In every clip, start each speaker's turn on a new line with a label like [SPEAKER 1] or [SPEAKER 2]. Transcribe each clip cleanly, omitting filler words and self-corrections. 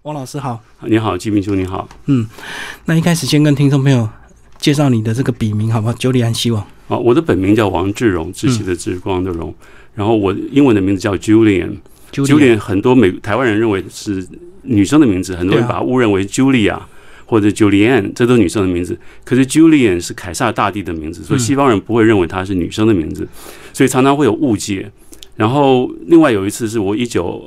[SPEAKER 1] 王老师好。
[SPEAKER 2] 你好，季明兄你好。
[SPEAKER 1] 那一开始先跟听众朋友介绍你的这个笔名好不好？九里安希望。
[SPEAKER 2] 我的本名叫王志荣，志气的志，光的荣。然后我英文的名字叫 Julian。Julian 很多台湾人认为是女生的名字，很多人把它误认为 Julia 或者 Julianne， 这都是女生的名字。可是 Julian 是凯撒大帝的名字，所以西方人不会认为她是女生的名字，所以常常会有误解。然后另外有一次是我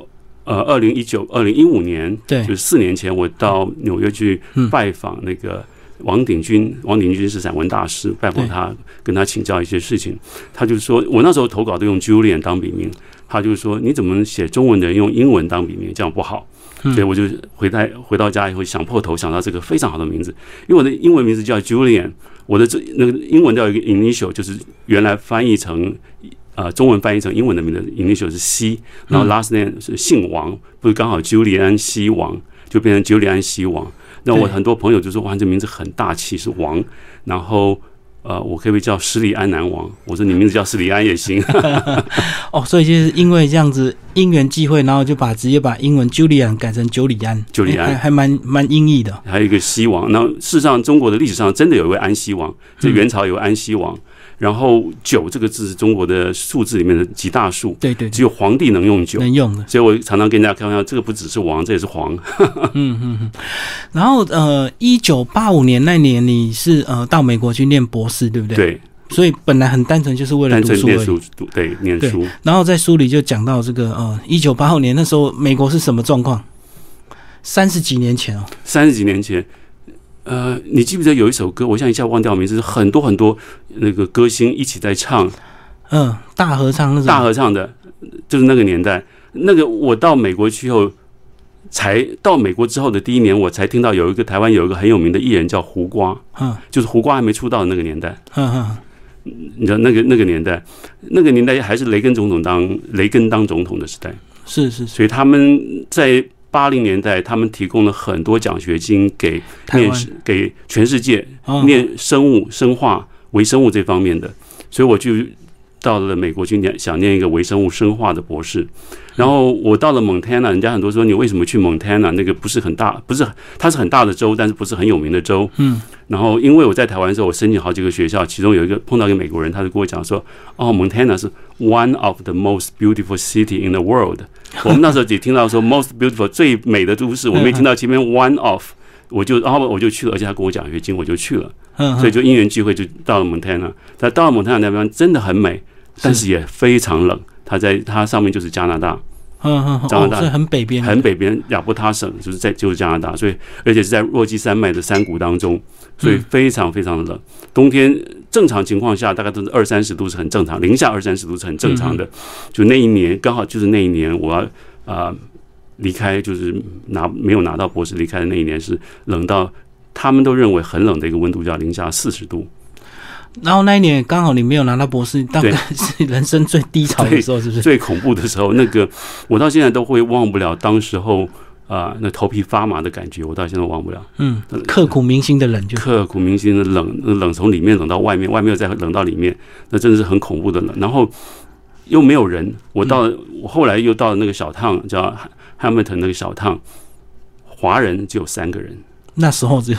[SPEAKER 2] 2015年，
[SPEAKER 1] 对，
[SPEAKER 2] 就是4年前，我到纽约去拜访那个王鼎钧是散文大师，拜访他，跟他请教一些事情。他就说，我那时候投稿都用 Julian 当笔名，他就说你怎么写中文的人用英文当笔名，这样不好。所以我就回到家以后想破头想到这个非常好的名字，因为我的英文名字叫 Julian， 我的那个英文叫一个 initial， 就是原来翻译成中文翻译成英文的名字 initial 是 C， 然后 last name 是姓王，不是刚好九里安希王，就变成九里安希王。那我很多朋友就说哇，这名字很大气，是王，然后我可不可以叫施礼安南王？我说你名字叫施礼安也行。
[SPEAKER 1] 所以就是因为这样子因缘际会，然后就直接把英文 Julian 改成九里安，还蛮音译的。还
[SPEAKER 2] 有一个希王，那事实上中国的历史上真的有一位安希王，在元朝有安希王。然后9这个字是中国的数字里面的极大数，
[SPEAKER 1] 对，
[SPEAKER 2] 只有皇帝能用9，
[SPEAKER 1] 能用的。
[SPEAKER 2] 所以我常常跟大家开玩笑，这个不只是王，这也是皇。
[SPEAKER 1] 然后1985年那年你是到美国去念博士，对不对？
[SPEAKER 2] 对。所
[SPEAKER 1] 以本来很单纯，就是为了读书而已。
[SPEAKER 2] 对，念书。
[SPEAKER 1] 然后在书里就讲到这个1985年那时候美国是什么状况？30几年前
[SPEAKER 2] 30几年前。你记不记得有一首歌？我现在一下忘掉名字，是很多很多那个歌星一起在唱，
[SPEAKER 1] 大合唱那种。
[SPEAKER 2] 大合唱的，就是那个年代。那个我到美国去后，才到美国之后的第一年，我才听到台湾有一个很有名的艺人叫胡瓜，就是胡瓜还没出道的那个年代。你知道那个年代，还是雷根当总统的时代。
[SPEAKER 1] 是，
[SPEAKER 2] 所以他们在80年代，他们提供了很多奖学金给全世界念生物、生化、微生物这方面的，所以我就到了美国去想念一个微生物生化的博士。然后我到了蒙塔纳，人家很多说你为什么去蒙塔纳？那个不是很大，它是很大的州，但是不是很有名的州。然后因为我在台湾的时候，我申请好几个学校，其中有一个碰到一个美国人，他就跟我讲说，蒙塔纳是 one of the most beautiful city in the world。我们那时候只听到说 most beautiful 最美的都市，我没听到前面 one of， 然后我就去了，而且他跟我奖学金，我就去了。所以就因缘聚会就到了蒙塔纳。但到了蒙塔纳那边真的很美，但是也非常冷。它上面就是加拿大。加拿大
[SPEAKER 1] 所以很北边，
[SPEAKER 2] 亚伯塔省就是加拿大，所以而且是在落基山脉的山谷当中，所以非常非常的冷。冬天正常情况下大概都是20-30度是很正常，零下20-30度是很正常的。就那一年刚好就是那一年我要离开，就是没有拿到博士离开的那一年是冷到他们都认为很冷的一个温度，叫零下40度。
[SPEAKER 1] 然后那一年刚好你没有拿到博士，大概是人生最低潮的时候，是不是？
[SPEAKER 2] 最恐怖的时候，那个我到现在都会忘不了当时候那头皮发麻的感觉，我到现在都忘不了。
[SPEAKER 1] 刻骨铭心的冷，
[SPEAKER 2] 刻骨铭心的冷从里面冷到外面，外面又再冷到里面，那真的是很恐怖的冷。然后又没有人，我后来又到了那个小趟，叫 Hamilton 那个小趟，华人只有3个人。
[SPEAKER 1] 那时候只有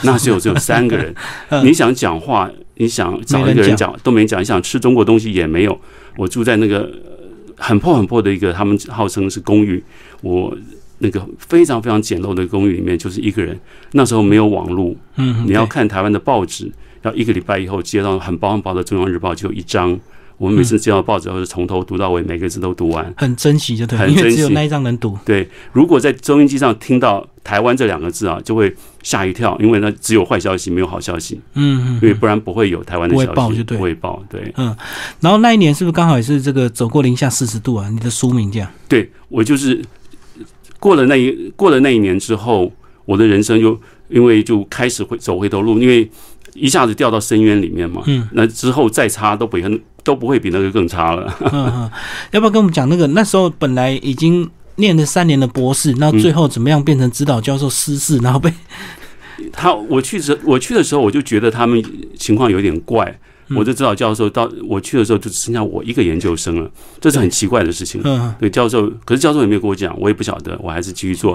[SPEAKER 2] 3个人。你想讲话，你想找一个人讲都没讲，你想吃中国东西也没有。我住在那个很破的一个，他们号称是公寓，我那个非常非常简陋的公寓里面就是一个人。那时候没有网络，你要看台湾的报纸，要1个礼拜以后接到很薄很薄的《中央日报》，就1张。我们每次接到报纸后是从头读到尾，每个字都读完，
[SPEAKER 1] 很珍惜就对，因为只有那一张能读。
[SPEAKER 2] 对，如果在收音机上听到台湾这2个字就会吓一跳，因为那只有坏消息没有好消息。因为不然不会有台湾的消息，不会报。对，
[SPEAKER 1] 然后那一年是不是刚好也是这个走过零下40度啊？你的书名这样。
[SPEAKER 2] 对，我就是过了那一年之后，我的人生因为就开始走回头路，因为一下子掉到深渊里面嘛。那之后再差都不会比那个更差了。
[SPEAKER 1] 要不要跟我们讲那时候本来已经念了3年的博士，然后最后怎么样变成指导教授失势，然后被
[SPEAKER 2] 我去的时候我就觉得他们情况有点怪。我的指导教授到我去的时候就只剩下我一个研究生了，这是很奇怪的事情。对，可是教授也没有跟我讲，我也不晓得，我还是继续做。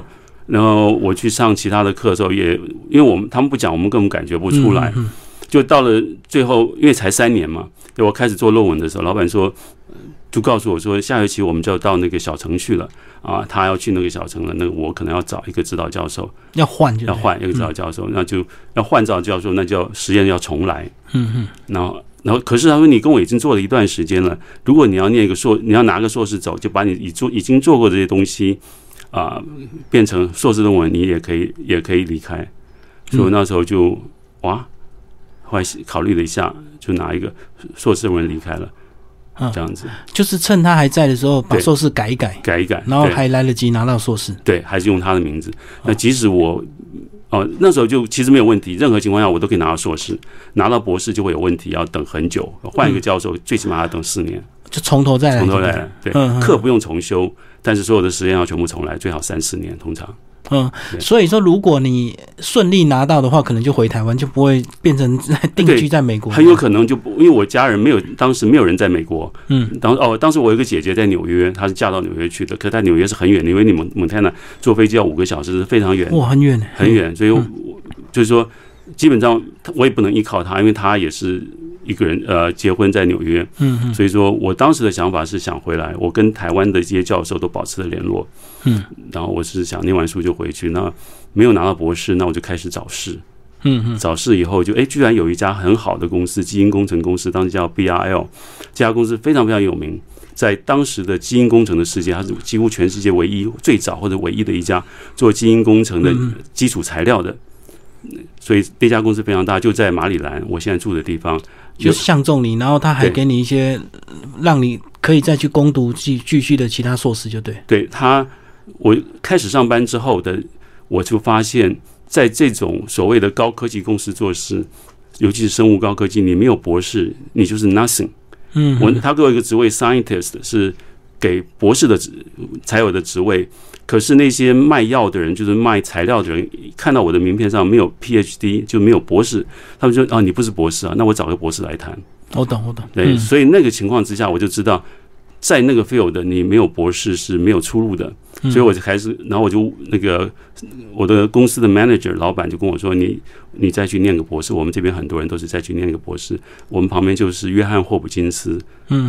[SPEAKER 2] 然后我去上其他的课的时候也，因为他们不讲，我们根本感觉不出来。就到了最后，因为才3年嘛，我开始做论文的时候，老板说，就告诉我说，下学期我们就要到那个小城去了啊，他要去那个小城了，那个我可能要找一个指导教授，要换一个指导教授，那就要换指导教授，那就要实验要重来。然后可是他说你跟我已经做了一段时间了，如果你要念一个你要拿个硕士走，就把你已经做过这些东西变成硕士论文，你也可以离开。所以我那时候就后来考虑了一下，就拿一个硕士论文离开了。这样子，
[SPEAKER 1] 就是趁他还在的时候，把硕士改一改，然后还来得及拿到硕士。
[SPEAKER 2] 对，还是用他的名字。那即使我那时候就其实没有问题，任何情况下我都可以拿到硕士，拿到博士就会有问题，要等很久，换一个教授，最起码要等4年，
[SPEAKER 1] 就从头再
[SPEAKER 2] 来。对，课不用重修，但是所有的实验要全部重来，最好3-4年，通常。
[SPEAKER 1] 所以说，如果你顺利拿到的话，可能就回台湾，就不会变成定居在美国。
[SPEAKER 2] 很有可能因为我家人当时没有人在美国。当时我有一个姐姐在纽约，她是嫁到纽约去的，可是在纽约是很远，因为你蒙特纳坐飞机要5个小时，是非常远。
[SPEAKER 1] 哇，很远，
[SPEAKER 2] 很远。所以就是说，基本上我也不能依靠她，因为她也是一个人结婚在纽约。所以说我当时的想法是想回来，我跟台湾的这些教授都保持了联络。然后我是想念完书就回去，那没有拿到博士，那我就开始找事。找事以后居然有一家很好的公司，基因工程公司，当时叫 BRL， 这家公司非常非常有名，在当时的基因工程的世界，它是几乎全世界最早或者唯一的一家做基因工程的基础材料的。所以这家公司非常大，就在马里兰，我现在住的地方，
[SPEAKER 1] 就是相中你，然后他还给你一些让你可以再去攻读继续的其他硕士，就对。
[SPEAKER 2] 对我开始上班之后我就发现，在这种所谓的高科技公司做事，尤其是生物高科技，你没有博士，你就是 nothing。他给我一个职位 scientist 是给博士的才有的职位，可是那些卖药的人，就是卖材料的人，看到我的名片上没有 PhD， 就没有博士，他们说你不是博士啊，那我找个博士来谈。
[SPEAKER 1] 我懂。
[SPEAKER 2] 对，所以那个情况之下，我就知道，在那个 field 你没有博士是没有出路的。所以我就开始，然后我就我的公司的 manager 老板就跟我说，你再去念个博士，我们这边很多人都是再去念个博士。我们旁边就是约翰霍普金斯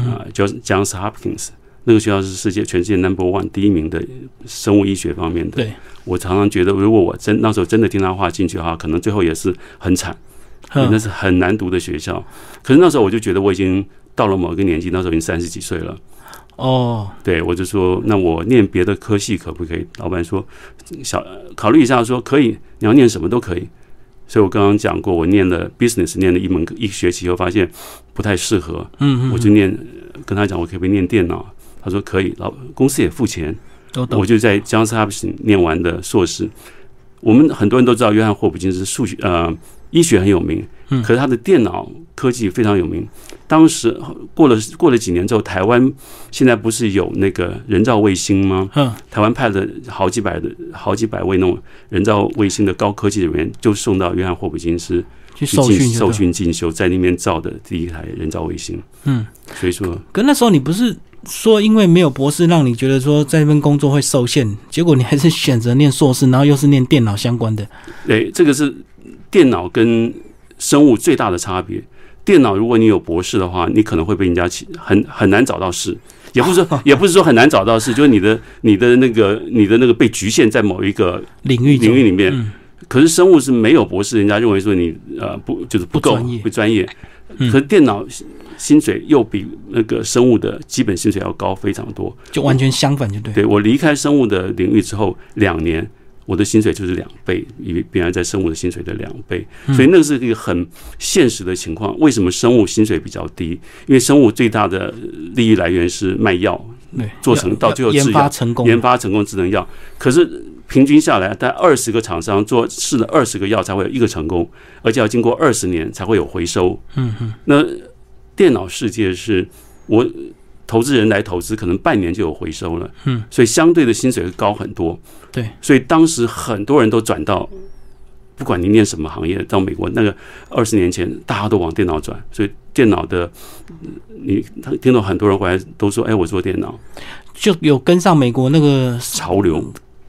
[SPEAKER 2] ，Johns Hopkins， 那个学校是全世界 No.1 第1名的生物医学方面的。
[SPEAKER 1] 对，
[SPEAKER 2] 我常常觉得，如果我那时候真的听他话进去的话，可能最后也是很惨，那是很难读的学校。可是那时候我就觉得我已经到了某一个年纪，那时候已经30几岁了。对，我就说那我念别的科系可不可以？老板说考虑一下，说可以，你要念什么都可以。所以我刚刚讲过，我念了 business， 念了一学期后发现不太适合。我就跟他讲，我可不可以念电脑？他说可以，公司也付钱。我就在 Johns Hopkins 念完的硕士。我们很多人都知道约翰霍普金斯医学很有名，可是他的电脑科技非常有名。当时过了几年之后，台湾现在不是有那个人造卫星吗？台湾派了好几百位那种人造卫星的高科技人员，就送到约翰霍普金斯
[SPEAKER 1] 去受
[SPEAKER 2] 训进修，在那边造的第一台人造卫星。所以说，
[SPEAKER 1] 可那时候你不是说因为没有博士，让你觉得说在那边工作会受限，结果你还是选择念硕士，然后又是念电脑相关的。
[SPEAKER 2] 对，这个是电脑跟生物最大的差别。电脑如果你有博士的话，你可能会被人家很难找到事，也不是说很难找到事，就是你的那个被局限在某一个领域里面。可是生物是没有博士，人家认为说你不够不专业。可是电脑薪水又比那个生物的基本薪水要高非常多，
[SPEAKER 1] 就完全相反，就对。
[SPEAKER 2] 对，我离开生物的领域之后2年。我的薪水就是2倍，比别人在生物的薪水的2倍，所以那个是一个很现实的情况。为什么生物薪水比较低？因为生物最大的利益来源是卖药，做成到最后制药研发成功智能药。可是平均下来，在20个厂商试了20个药才会有1个成功，而且要经过20年才会有回收。那电脑世界是我投资人来投资，可能半年就有回收了，所以相对的薪水会高很多。
[SPEAKER 1] 对，
[SPEAKER 2] 所以当时很多人都转到，不管你念什么行业，到美国那个20年前，大家都往电脑转，所以电脑的，你听到很多人回来都说，我做电脑，
[SPEAKER 1] 就有跟上美国那个
[SPEAKER 2] 潮流。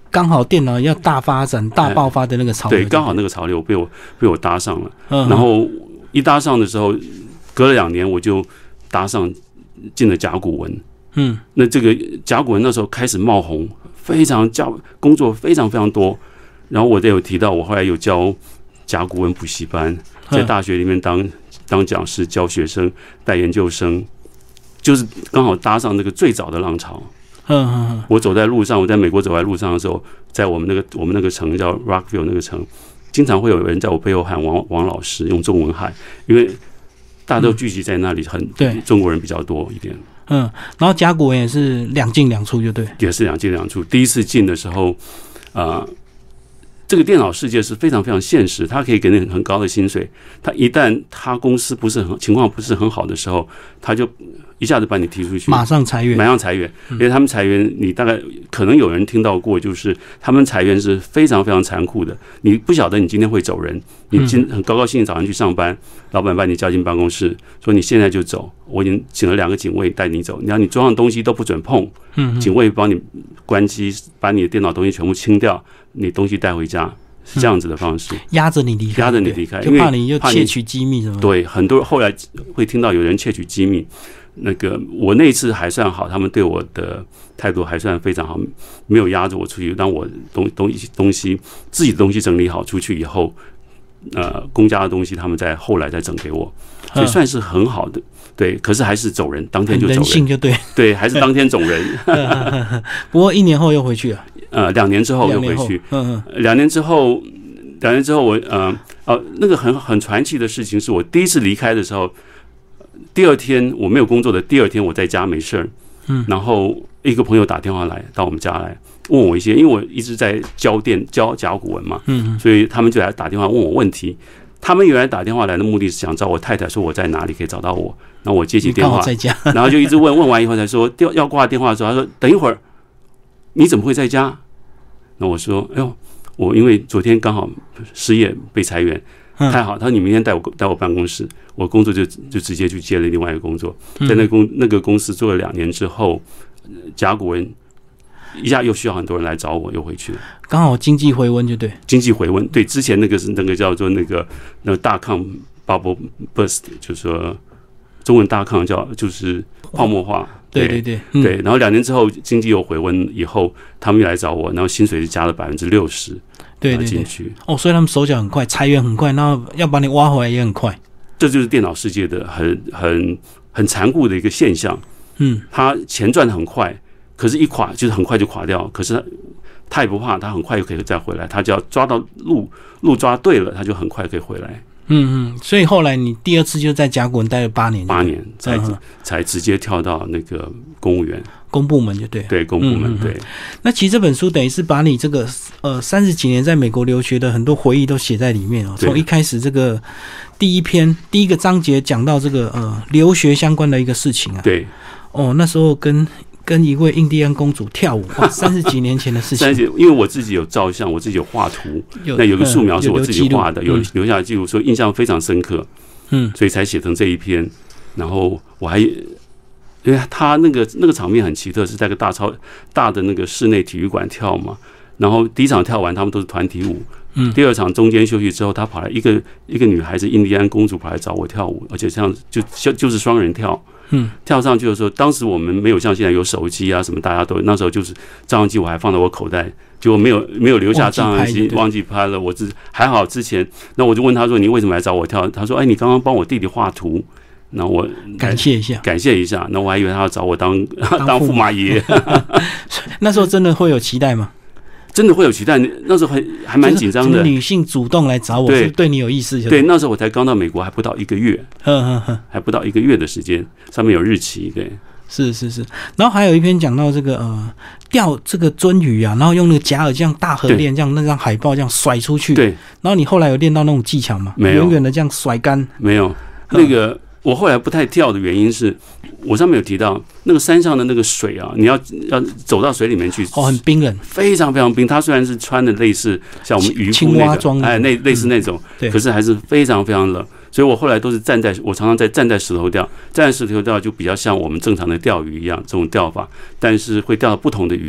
[SPEAKER 1] 刚好电脑要大发展、大爆发的那个潮流，
[SPEAKER 2] 对，刚好那个潮流被我搭上了。然后一搭上的时候，隔了2年我就搭上进了甲骨文。那这个甲骨文那时候开始冒红，工作非常非常多。然后我也有提到，我后来有教甲骨文补习班，在大学里面当讲师，教学生、带研究生，就是刚好搭上那个最早的浪潮。我走在路上，我在美国走在路上的时候，在我们那个城叫 Rockville 那个城，经常会有人在我背后喊王老师，用中文喊，因为大家都聚集在那里，中国人比较多一点。
[SPEAKER 1] 然后甲骨文也是2进2出，就对，
[SPEAKER 2] 也是2进2出。第一次进的时候，这个电脑世界是非常非常现实，它可以给你很高的薪水。它一旦他公司情况不是很好的时候，他就一下子把你踢出去，
[SPEAKER 1] 马上裁员。
[SPEAKER 2] 因为他们裁员，你大概可能有人听到过，就是他们裁员是非常非常残酷的。你不晓得你今天会走人，你很高兴早上去上班，老板把你叫进办公室，说你现在就走，我已经请了2个警卫带你走，你桌上东西都不准碰，警卫帮你关机，把你的电脑东西全部清掉，你东西带回家。是这样子的方式，
[SPEAKER 1] 压着你离开，就怕你又窃取机密什么。
[SPEAKER 2] 对，很多后来会听到有人窃取机密。我那一次还算好，他们对我的态度还算非常好，没有压着我出去。当我东西自己的东西整理好出去以后，公家的东西他们后来再整给我，所以算是很好的。对，可是还是走人，当天就走人，
[SPEAKER 1] 人性就对，
[SPEAKER 2] 对，还是当天走人。
[SPEAKER 1] 不过1年后又回去了。
[SPEAKER 2] 2年之后又回去。2年之后我那个很传奇的事情是我第一次离开的时候，第2天我没有工作的第2天我在家没事儿，然后一个朋友打电话来到我们家来问我一些，因为我一直在教甲骨文嘛，所以他们就来打电话问我问题。他们原来打电话来的目的是想找我太太，说我在哪里可以找到我，然后我接起电话，然后就一直问完以后才说要挂电话的时候，他说等一会儿，你怎么会在家？那我说哎呦，我因为昨天刚好失业被裁员，太好。他说你明天带我办公室，我工作就直接去接了另外一个工作，在那个公司做了2年之后，甲骨文一下又需要很多人来找我，又回去了。
[SPEAKER 1] 刚好经济回温就对，
[SPEAKER 2] 经济回温对。之前那个叫做那个大抗 bubble burst， 就是说中文大抗就是泡沫化。对，然后2年之后经济又回温以后，他们又来找我，然后薪水就加了60%，对进去。
[SPEAKER 1] 所以他们手脚很快，裁员很快，然后要把你挖回来也很快。
[SPEAKER 2] 这就是电脑世界的很残酷的一个现象。他钱赚得很快，可是一垮就是很快就垮掉。可是他也不怕，他很快就可以再回来。他只要抓到路抓对了，他就很快可以回来。
[SPEAKER 1] 所以后来你第2次就在甲骨文待了8年，8
[SPEAKER 2] 年才直接跳到那个公务员、
[SPEAKER 1] 公部门就对，
[SPEAKER 2] 对公部门对。
[SPEAKER 1] 那其实这本书等于是把你这个30几年在美国留学的很多回忆都写在里面哦。从一开始这个第一个章节讲到这个留学相关的一个事情啊。
[SPEAKER 2] 对。
[SPEAKER 1] 那时候跟一位印第安公主跳舞，30几年前的事情。
[SPEAKER 2] 因为我自己有照相，我自己有画图，那有个素描是我自己画的，有留下记录，所以印象非常深刻。所以才写成这一篇。然后我还因为他那个场面很奇特，是在个大的那个室内体育馆跳嘛。然后第1场跳完，他们都是团体舞。第2场中间休息之后，他跑来一个女孩子，印第安公主跑来找我跳舞，而且这样就是双人跳。跳上去的时候，当时我们没有像现在有手机啊什么，大家都那时候就是照相机我还放在我口袋，结果没有留下照相机，忘记拍了。还好之前，那我就问他说你为什么来找我跳？他说你刚刚帮我弟弟画图，那我感谢一下，那我还以为他要找我当驸马爷。
[SPEAKER 1] 那时候真的会有期待吗？
[SPEAKER 2] 真的会有期待，那时候还蛮紧张的。
[SPEAKER 1] 女性主动来找我，是对你有意思。
[SPEAKER 2] 对，那时候我才刚到美国，还不到1个月，还不到1个月的时间，上面有日期。对，
[SPEAKER 1] 是。然后还有一篇讲到这个钓这个鳟鱼啊，然后用那个假饵这样大河练，这样那张海报这样甩出去。对，然后你后来有练到那种技巧吗？没有，远远的这样甩竿。
[SPEAKER 2] 没有，那个我后来不太跳的原因是，我上面有提到那个山上的那个水啊，你要走到水里面去，
[SPEAKER 1] 很冰冷，
[SPEAKER 2] 非常非常冰。它虽然是穿的类似像我们渔夫那个，类似那种，可是还是非常非常冷。所以我后来都是我常常站在石头钓，站在石头钓就比较像我们正常的钓鱼一样这种钓法，但是会钓到不同的鱼，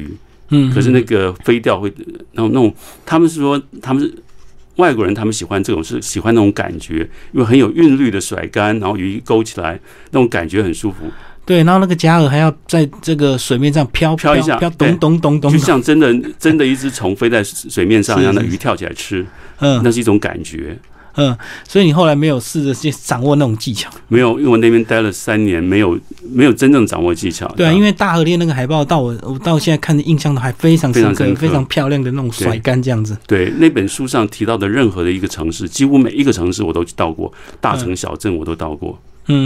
[SPEAKER 2] 可是那个飞钓会，那种他们是说他们是外国人，他们喜欢这种是喜欢那种感觉，因为很有韵律的甩竿，然后鱼勾起来，那种感觉很舒服。
[SPEAKER 1] 对，然后那个假饵还要在这个水面上飘
[SPEAKER 2] 一下，
[SPEAKER 1] 咚咚咚咚，
[SPEAKER 2] 就像真的一只虫飞在水面上，让那鱼跳起来吃，那是一种感觉。
[SPEAKER 1] 所以你后来没有试着去掌握那种技巧？
[SPEAKER 2] 没有，因为我那边待了3年，没有真正掌握技巧。
[SPEAKER 1] 对啊，因为大河猎那个海报，我到现在看的印象都还非常深刻，非常漂亮的那种甩竿这样子。
[SPEAKER 2] 对，那本书上提到的任何的一个城市，几乎每一个城市我都到过，大城小镇我都到过。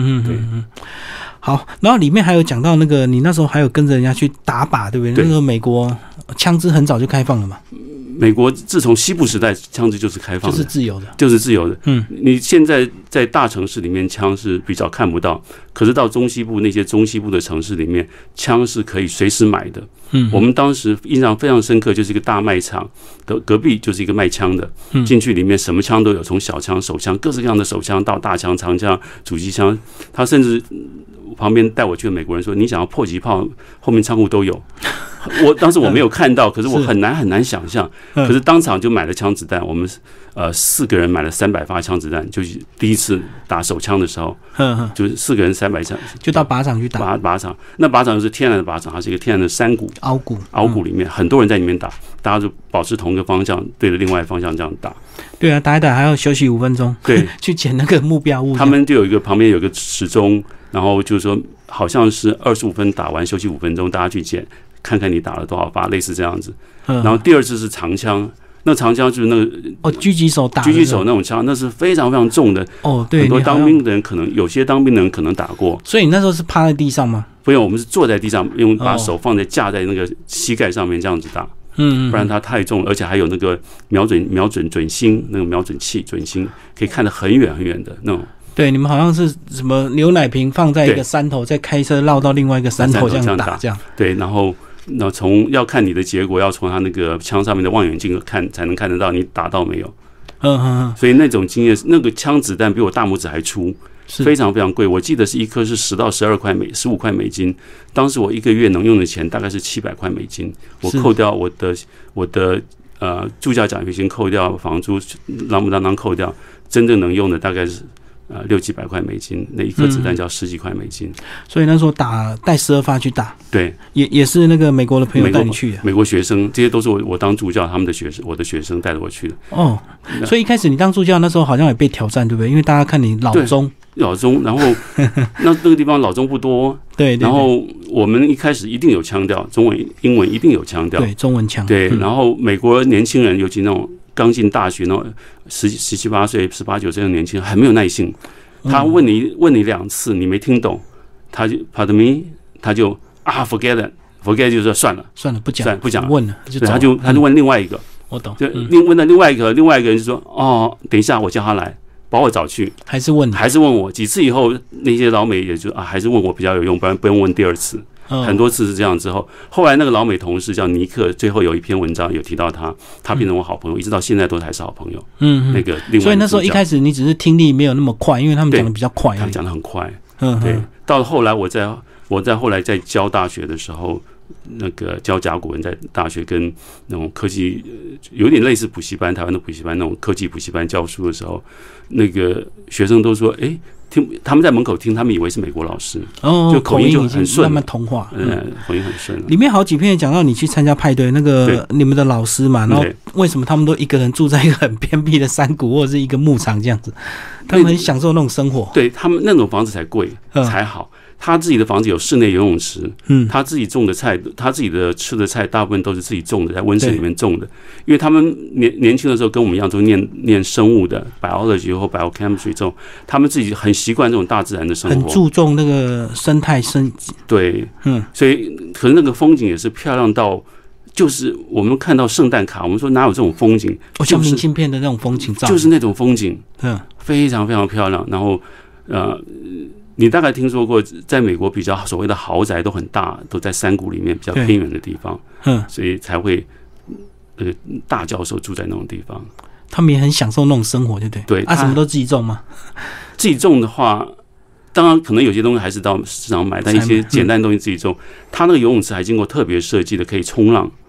[SPEAKER 1] 好，然后里面还有讲到那个，你那时候还有跟着人家去打靶，对不对？那时候美国枪支很早就开放了嘛。
[SPEAKER 2] 美国自从西部时代，枪支就是开放的，
[SPEAKER 1] 就是自由的。
[SPEAKER 2] 你现在在大城市里面，枪是比较看不到，可是到中西部那些中西部的城市里面，枪是可以随时买的。我们当时印象非常深刻，就是一个大卖场的隔壁就是一个卖枪的，进去里面什么枪都有，从小枪、手枪，各式各样的手枪到大枪、长枪、主机枪，他甚至旁边带我去的美国人说：“你想要迫击炮，后面仓库都有。”当时我没有看到，可是我很难想象。可是当场就买了枪子弹，我们4个人买了300发枪子弹，就是第一次打手枪的时候，就是4个人300枪，
[SPEAKER 1] 就到靶场去打。
[SPEAKER 2] 靶场，那靶场就是天然的靶场，它是一个天然的山谷、凹谷里面，很多人在里面打，大家就保持同一个方向，对着另外方向这样打。
[SPEAKER 1] 对啊，打一打还要休息5分钟，
[SPEAKER 2] 对，
[SPEAKER 1] 去捡那个目标物。
[SPEAKER 2] 他们就有一个旁边有一个时钟，然后就是说好像是25分打完，休息5分钟，大家去捡。看看你打了多少发，类似这样子。然后第二次是长枪，那长枪就是那个
[SPEAKER 1] 狙击手打
[SPEAKER 2] 狙击手那种枪，那是非常非常重的。
[SPEAKER 1] 对，
[SPEAKER 2] 很多当兵的人可能有些当兵的人可能打过。
[SPEAKER 1] 所以你那时候是趴在地上吗？
[SPEAKER 2] 不用，我们是坐在地上，把手架在那个膝盖上面这样子打。不然它太重了，而且还有那个瞄准准星，那个瞄准器准星可以看得很远很远的那种。
[SPEAKER 1] 对，你们好像是什么牛奶瓶放在一个山头，再开车绕到另外一个山头这样打，这样。
[SPEAKER 2] 对，然后要看你的结果，要从他那个枪上面的望远镜看，才能看得到你打到没有。所以那种经验，那个枪子弹比我大拇指还粗，非常非常贵。我记得是一颗是10到12块15块美金，当时我1个月能用的钱大概是700块美金。我扣掉我的助教奖学金，扣掉房租，啷扣掉，真正能用的大概是600-700块美金，那一颗子弹就要10几块美金。
[SPEAKER 1] 所以那时候带12发去打，
[SPEAKER 2] 对，
[SPEAKER 1] 也是那个美国的朋友带你去的。
[SPEAKER 2] 美国学生，这些都是我当助教，他们的学生，我的学生带着我去的。
[SPEAKER 1] 所以一开始你当助教那时候好像也被挑战，对不对？因为大家看你老中，然后那个地方老中不多，对，然后我们一开始一定有腔调，中文、英文一定有腔调，对， 中文腔，
[SPEAKER 2] 对，然后美国年轻人，尤其那种刚进大学那种17、18岁、18、19岁的年轻人，很没有耐性。他问你2次，你没听懂，他就 Pardon me， 他就forget it，forget 就是说算了，不讲，
[SPEAKER 1] 问了，
[SPEAKER 2] 他就问另外一个，
[SPEAKER 1] 我懂，
[SPEAKER 2] 就问了另外一个人就说等一下我叫他来。把我找去，
[SPEAKER 1] 还是问
[SPEAKER 2] 我几次以后，那些老美也就还是问我比较有用，不然不用问第2次。很多次是这样之后，后来那个老美同事叫尼克，最后有一篇文章有提到他变成我好朋友，一直到现在都还是好朋友。那个另外，
[SPEAKER 1] 所以那时候一开始你只是听力没有那么快，因为他们讲的比较快，
[SPEAKER 2] 他们讲的很快。对，到了后来我在后来在教大学的时候。那个教甲骨文在大学跟那种科技有点类似补习班，台湾的补习班那种科技补习班教书的时候，那个学生都说，他们在门口听，他们以为是美国老师，就口音就很顺，
[SPEAKER 1] 慢慢同化，
[SPEAKER 2] 口音很顺。
[SPEAKER 1] 里面好几篇也讲到你去参加派对，那个你们的老师嘛，然后为什么他们都一个人住在一个很偏僻的山谷或者是一个牧场这样子，他们很享受那种生活，
[SPEAKER 2] 对他们那种房子才贵才好。他自己的房子有室内游泳池，他自己种的菜，他自己的吃的菜大部分都是自己种的，在温室里面种的。因为他们年轻的时候跟我们一样，都念生物的 biology 或 biochemistry 这种，他们自己很习惯这种大自然的生活，
[SPEAKER 1] 很注重那个生态
[SPEAKER 2] 对，所以可能那个风景也是漂亮到，就是我们看到圣诞卡，我们说哪有这种风景？
[SPEAKER 1] 像明信片的那种风景照，
[SPEAKER 2] 就是那种风景，非常非常漂亮。然后你大概听说过，在美国比较所谓的豪宅都很大，都在山谷里面比较偏远的地方，所以才会大教授住在那种地方。
[SPEAKER 1] 他们也很享受那种生活，对不对？对，什么都自己种吗？
[SPEAKER 2] 自己种的话，当然可能有些东西还是到市场买，但一些简单的东西自己种。他那个游泳池还经过特别设计的，可以冲浪。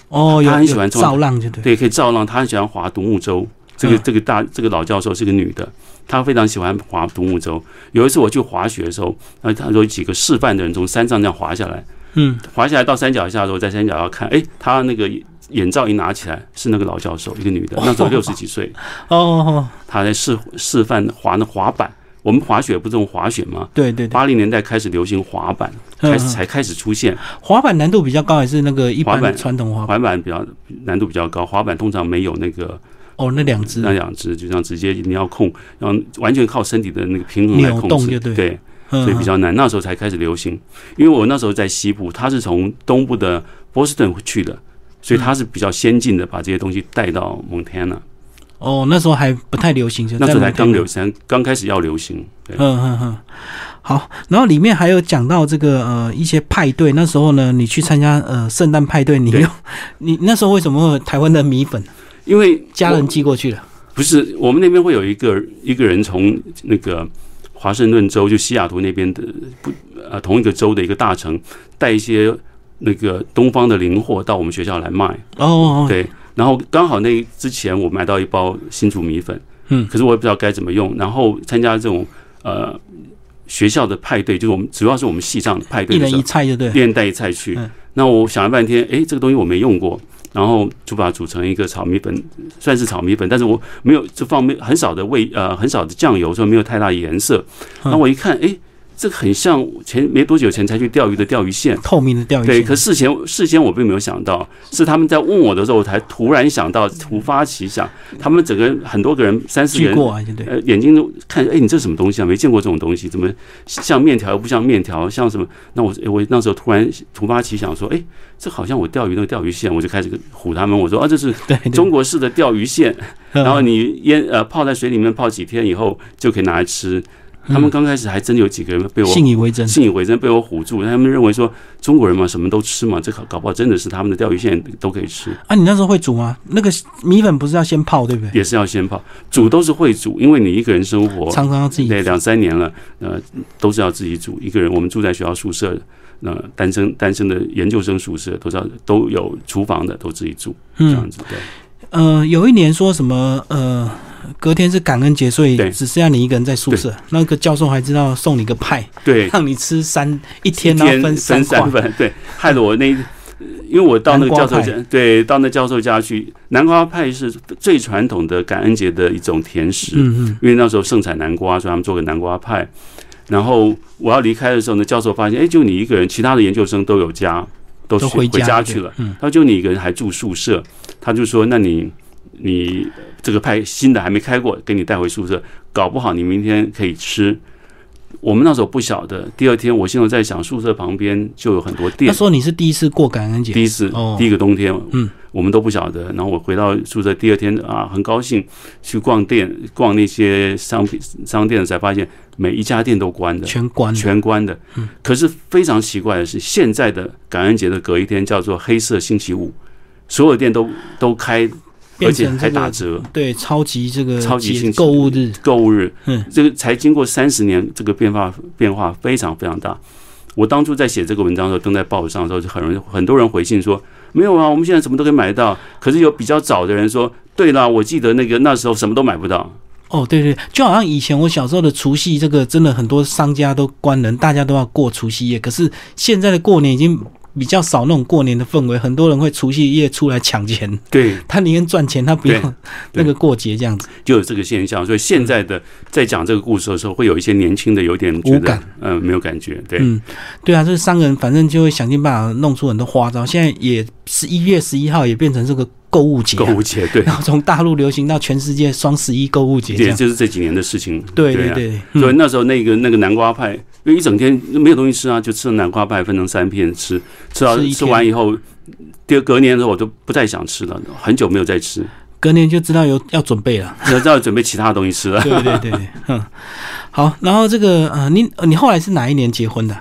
[SPEAKER 1] 哦，
[SPEAKER 2] 他很喜欢
[SPEAKER 1] 造浪，就
[SPEAKER 2] 对，可以造浪。他很喜欢划独木舟。这个老教授是个女的，她非常喜欢划独木舟。有一次我去滑雪的时候，他说几个示范的人从山上这样滑下来，滑下来到山脚下的时候，在山脚下看，他那个眼罩一拿起来，是那个老教授，一个女的，那时候60几岁。她在示范滑板。我们滑雪不是用滑雪吗？
[SPEAKER 1] 对对对。
[SPEAKER 2] 80年代开始流行滑板，才开始出现。
[SPEAKER 1] 滑板难度比较高，还是那个一般传统滑
[SPEAKER 2] 板难度比较高。滑板通常没有那个
[SPEAKER 1] 那两只
[SPEAKER 2] 就这样直接你要完全靠身体的那个平衡来控制，对，所以比较难。那时候才开始流行，因为我那时候在西部，他是从东部的波士顿去的，所以他是比较先进的，把这些东西带到蒙特纳。
[SPEAKER 1] 那时候还不太流行，
[SPEAKER 2] 那时候才刚开始要流行。对，
[SPEAKER 1] 好，然后里面还有讲到这个一些派对，那时候呢，你去参加圣诞派对，你那时候为什么会有台湾的米粉？
[SPEAKER 2] 因为
[SPEAKER 1] 家人寄过去了。
[SPEAKER 2] 不是，我们那边会有一个人从那个华盛顿州，就西雅图那边的同一个州的一个大城，带一些那个东方的零货到我们学校来卖。对。然后刚好那之前我买到一包新竹米粉，可是我也不知道该怎么用。然后参加这种学校的派对，就是主要是我们系上派对的时候，
[SPEAKER 1] 一人一菜就对，
[SPEAKER 2] 一人带一菜去。那我想了半天，这个东西我没用过，然后就把它煮成一个炒米粉，算是炒米粉，但是我没有就放很少的很少的酱油，所以没有太大的颜色。然后我一看，这个很像没多久前才去钓鱼的钓鱼线，
[SPEAKER 1] 透明的钓鱼线。
[SPEAKER 2] 对，可事先我并没有想到，是他们在问我的时候，我才突然想到，突发奇想。他们整个很多个人3-4个人，眼睛都看，你这是什么东西啊？没见过这种东西，怎么像面条又不像面条，像什么？那我那时候突发奇想说，这好像我钓鱼那个钓鱼线，我就开始唬他们，我说这是中国式的钓鱼线，然后你泡在水里面泡几天以后就可以拿来吃。他们刚开始还真的有几个人被我
[SPEAKER 1] 信以为真，
[SPEAKER 2] 被我唬住。他们认为说中国人嘛，什么都吃嘛，这搞不好真的是他们的钓鱼线都可以吃。
[SPEAKER 1] 你那时候会煮吗？那个米粉不是要先泡，对不对？
[SPEAKER 2] 也是要先泡，煮都是会煮，因为你一个人生活，
[SPEAKER 1] 常常要自己
[SPEAKER 2] 2-3年了，都是要自己煮。一个人，我们住在学校宿舍，单身的研究生宿舍都有厨房的，都自己煮，这样子。对。
[SPEAKER 1] 有一年说什么隔天是感恩节，所以只剩下你一个人在宿舍。那个教授还知道送你个派，
[SPEAKER 2] 对，
[SPEAKER 1] 让你吃一天，然后分3
[SPEAKER 2] 份，对，害得我因为我到那个教授家，对，到那教授家去，南瓜派是最传统的感恩节的一种甜食，因为那时候盛产南瓜，所以他们做个南瓜派。然后我要离开的时候呢，教授发现，就你一个人，其他的研究生都有家，都回家去了，他就你一个人还住宿舍，他就说，那你这个派新的还没开过，给你带回宿舍，搞不好你明天可以吃。我们那时候不晓得，第二天我现在在想，宿舍旁边就有很多店。
[SPEAKER 1] 他说你是第一次过感恩节，
[SPEAKER 2] 第一个冬天，我们都不晓得。然后我回到宿舍第二天很高兴去逛那些商店，才发现每一家店都关的，全关的。可是非常奇怪的是，现在的感恩节的隔一天叫做黑色星期五，所有店都开。而且还打折，
[SPEAKER 1] 对，超级购物日，
[SPEAKER 2] 这个才经过30年，这个变化非常非常大。我当初在写这个文章的时候，登在报纸上的时候，就很多人回信说，没有啊，我们现在什么都可以买得到。可是有比较早的人说，对啦，我记得那时候什么都买不到。
[SPEAKER 1] 对，就好像以前我小时候的除夕，这个真的很多商家都关门，大家都要过除夕夜。可是现在的过年已经比较少那种过年的氛围，很多人会除夕夜出来抢钱，
[SPEAKER 2] 对，
[SPEAKER 1] 他宁愿赚钱，他不要那个过节这样子，
[SPEAKER 2] 就有这个现象。所以现在的在讲这个故事的时候，会有一些年轻的有点觉得
[SPEAKER 1] 无感，
[SPEAKER 2] 没有感觉，对，
[SPEAKER 1] 对啊，这个商人反正就会想尽办法弄出很多花招。现在也11月11号也变成这个购物节，
[SPEAKER 2] 对，
[SPEAKER 1] 然后从大陆流行到全世界双11购物节，
[SPEAKER 2] 对，就是这几年的事情，
[SPEAKER 1] 对，
[SPEAKER 2] 所以那时候那个南瓜派。因为一整天没有东西吃啊，就吃了南瓜派，分成3片吃完以后，隔年的时候我都不再想吃了，很久没有再吃。
[SPEAKER 1] 隔年就知道要准备了，
[SPEAKER 2] 要准备其他的东西吃了。
[SPEAKER 1] 对，好，然后这个你后来是哪一年结婚的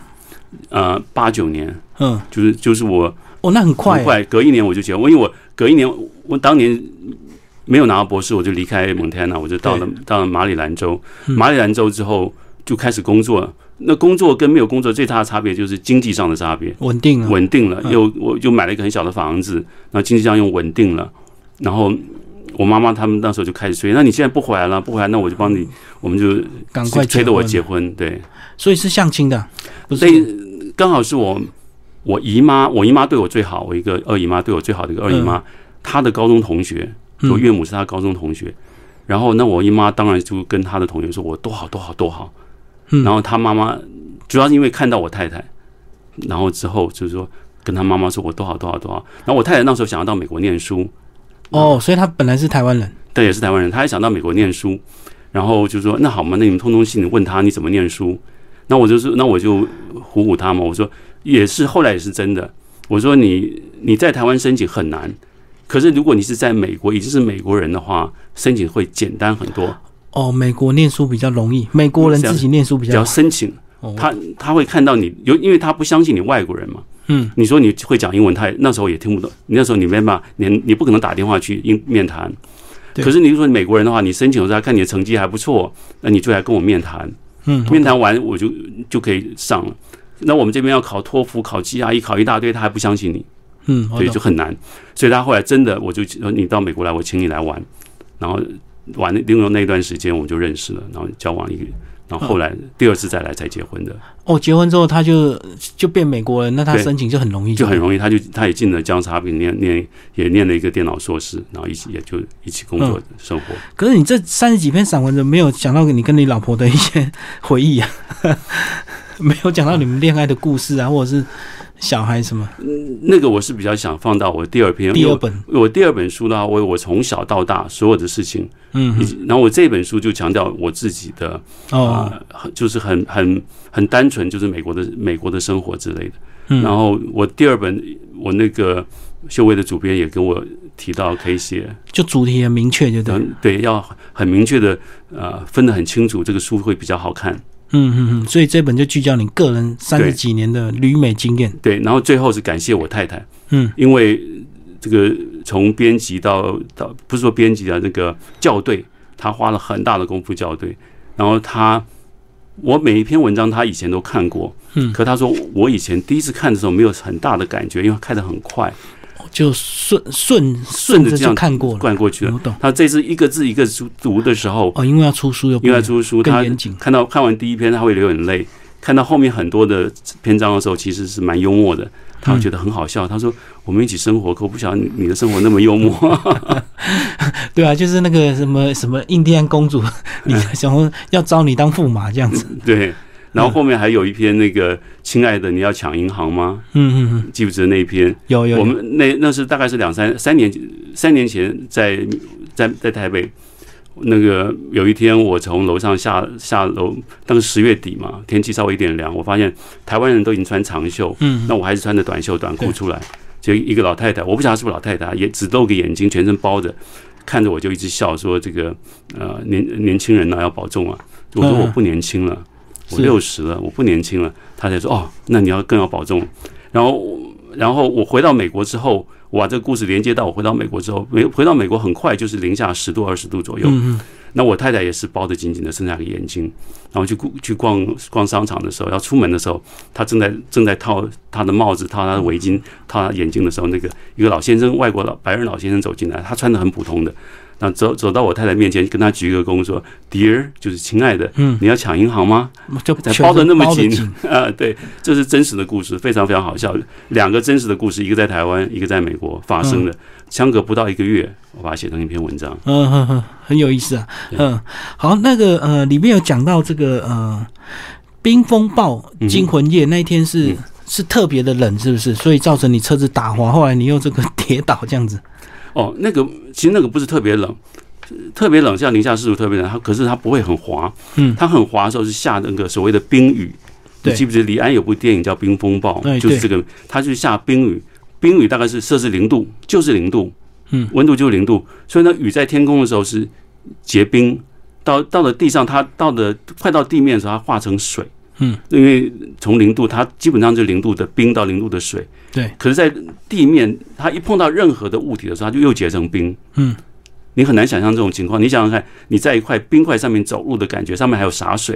[SPEAKER 2] ？89年，就是我
[SPEAKER 1] 那很快，
[SPEAKER 2] 隔一年我就结婚，因为我隔一年我当年没有拿到博士，我就离开蒙特纳，我就到了马里兰州，马里兰州之后。 就开始工作了。那工作跟没有工作最大的差别就是经济上的差别，
[SPEAKER 1] 稳定了，
[SPEAKER 2] 我就买了一个很小的房子，然后经济上又稳定了，然后我妈妈他们那时候就开始催，那你现在不回来了，那我就帮你，我们就
[SPEAKER 1] 赶快
[SPEAKER 2] 催着我结婚，对，
[SPEAKER 1] 所以是相亲的，不是？
[SPEAKER 2] 刚好是我姨妈对我最好，我一个二姨妈对我最好的一个二姨妈，她的高中同学，我岳母是她高中同学，然后那我姨妈当然就跟她的同学说我多好多好多好，然后她妈妈主要是因为看到我太太，然后之后就是说跟她妈妈说我多好多好多好，然后我太太那时候想要到美国念书，
[SPEAKER 1] 所以她本来是台湾人，
[SPEAKER 2] 对，也是台湾人，她也想到美国念书，然后就说那好嘛，那你们通信问她你怎么念书，那我就唬唬她嘛，我说也是，后来也是真的，我说你在台湾申请很难，可是如果你是在美国已经是美国人的话，申请会简单很多。
[SPEAKER 1] 美国念书比较容易，美国人自己念书比较
[SPEAKER 2] 申请，他会看到你因为他不相信你外国人嘛。你说你会讲英文，他那时候也听不懂。那时候你没办法，你不可能打电话去面谈。可是你说你美国人的话，你申请的时候看你的成绩还不错，那你就来跟我面谈。面谈完我就可以上了。那我们这边要考托福、考 GRE， 考一大堆，他还不相信你。对，就很难。所以他后来真的，我就说你到美国来，我请你来玩，然后玩利用那段时间我们就认识了，然后交往然后后来第二次再来才结婚的。
[SPEAKER 1] 结婚之后他就变美国人，那他申请就很容易，
[SPEAKER 2] 就很容易。他也进了江沙比也念了一个电脑硕士，然后也就一起工作生活。
[SPEAKER 1] 可是你这30几篇散文的没有讲到你跟你老婆的一些回忆啊，没有讲到你们恋爱的故事啊，或者是小孩什么？
[SPEAKER 2] 那个我是比较想放到我第二本。我第二本书的话，我从小到大所有的事情，然后我这本书就强调我自己的，就是很单纯，就是美国的生活之类的。然后我第二本，我那个秀威的主编也跟我提到可以写，
[SPEAKER 1] 就主题很明确，就
[SPEAKER 2] 对，要很明确的分得很清楚，这个书会比较好看。
[SPEAKER 1] 所以这本就聚焦你个人30几年的旅美经验。
[SPEAKER 2] 对，然后最后是感谢我太太，因为这个从编辑到不是说编辑那个校对，他花了很大的功夫校对，然后我每一篇文章他以前都看过，可他说我以前第一次看的时候没有很大的感觉，因为看得很快，
[SPEAKER 1] 就顺着这样灌
[SPEAKER 2] 过去了。他这次一个字一个字读的时候，
[SPEAKER 1] 因为要出书，
[SPEAKER 2] 他看完第一篇他会流眼泪，看到后面很多的篇章的时候，其实是蛮幽默的，他会觉得很好笑。他说我们一起生活，可我不晓得你的生活那么幽默。
[SPEAKER 1] 对啊，就是那个什么印第安公主，你想说要招你当驸马这样子。
[SPEAKER 2] 对。然后后面还有一篇那个亲爱的你要抢银行吗？记不记得那一篇？
[SPEAKER 1] 有。
[SPEAKER 2] 我们那是大概是3年前在台北，那个有一天我从楼上下楼，当时10月底嘛，天气稍微有点凉，我发现台湾人都已经穿长袖，那我还是穿着短袖短裤出来，就一个老太太，我不晓得是不是老太太，也只露个眼睛，全身包着，看着我就一直笑说这个年轻人呢要保重啊。我说我不年轻了。我60了，我不年轻了。他才说那你更要保重。然后我回到美国之后，我把这个故事连接到我回到美国之后，回到美国很快就是零下10度20度左右。那我太太也是包得紧紧的，剩下个眼睛。然后去逛商场的时候，要出门的时候，她正在套她的帽子、套她的围巾、套她眼镜的时候，那个一个老先生，白人老先生走进来，他穿得很普通的。那走到我太太面前，跟她鞠一个躬，说 ：“Dear， 就是亲爱的，你要抢银行吗？才包得那么紧啊！”对，这是真实的故事，非常非常好笑。2个真实的故事，一个在台湾，一个在美国发生的，相隔不到1个月，我把它写成一篇文章。
[SPEAKER 1] 很有意思啊。好，那个里面有讲到这个冰风暴惊魂夜那一天是特别的冷，是不是？所以造成你车子打滑，后来你又这个跌倒这样子。
[SPEAKER 2] 其实那个不是特别冷，特别冷，像零下40度特别冷，可是它不会很滑。它很滑的时候是下那个所谓的冰雨。你记不记得李安有部电影叫《冰风暴》，就是这个，它就是下冰雨，冰雨大概是摄氏0度，就是0度，温度就是0度，所以呢，雨在天空的时候是结冰，到了地上，它快到地面的时候，它化成水。因为从0度，它基本上就是0度的冰到0度的水。
[SPEAKER 1] 对。
[SPEAKER 2] 可是，在地面，它一碰到任何的物体的时候，它就又结成冰。你很难想象这种情况。你想想看，你在一块冰块上面走路的感觉，上面还有洒水。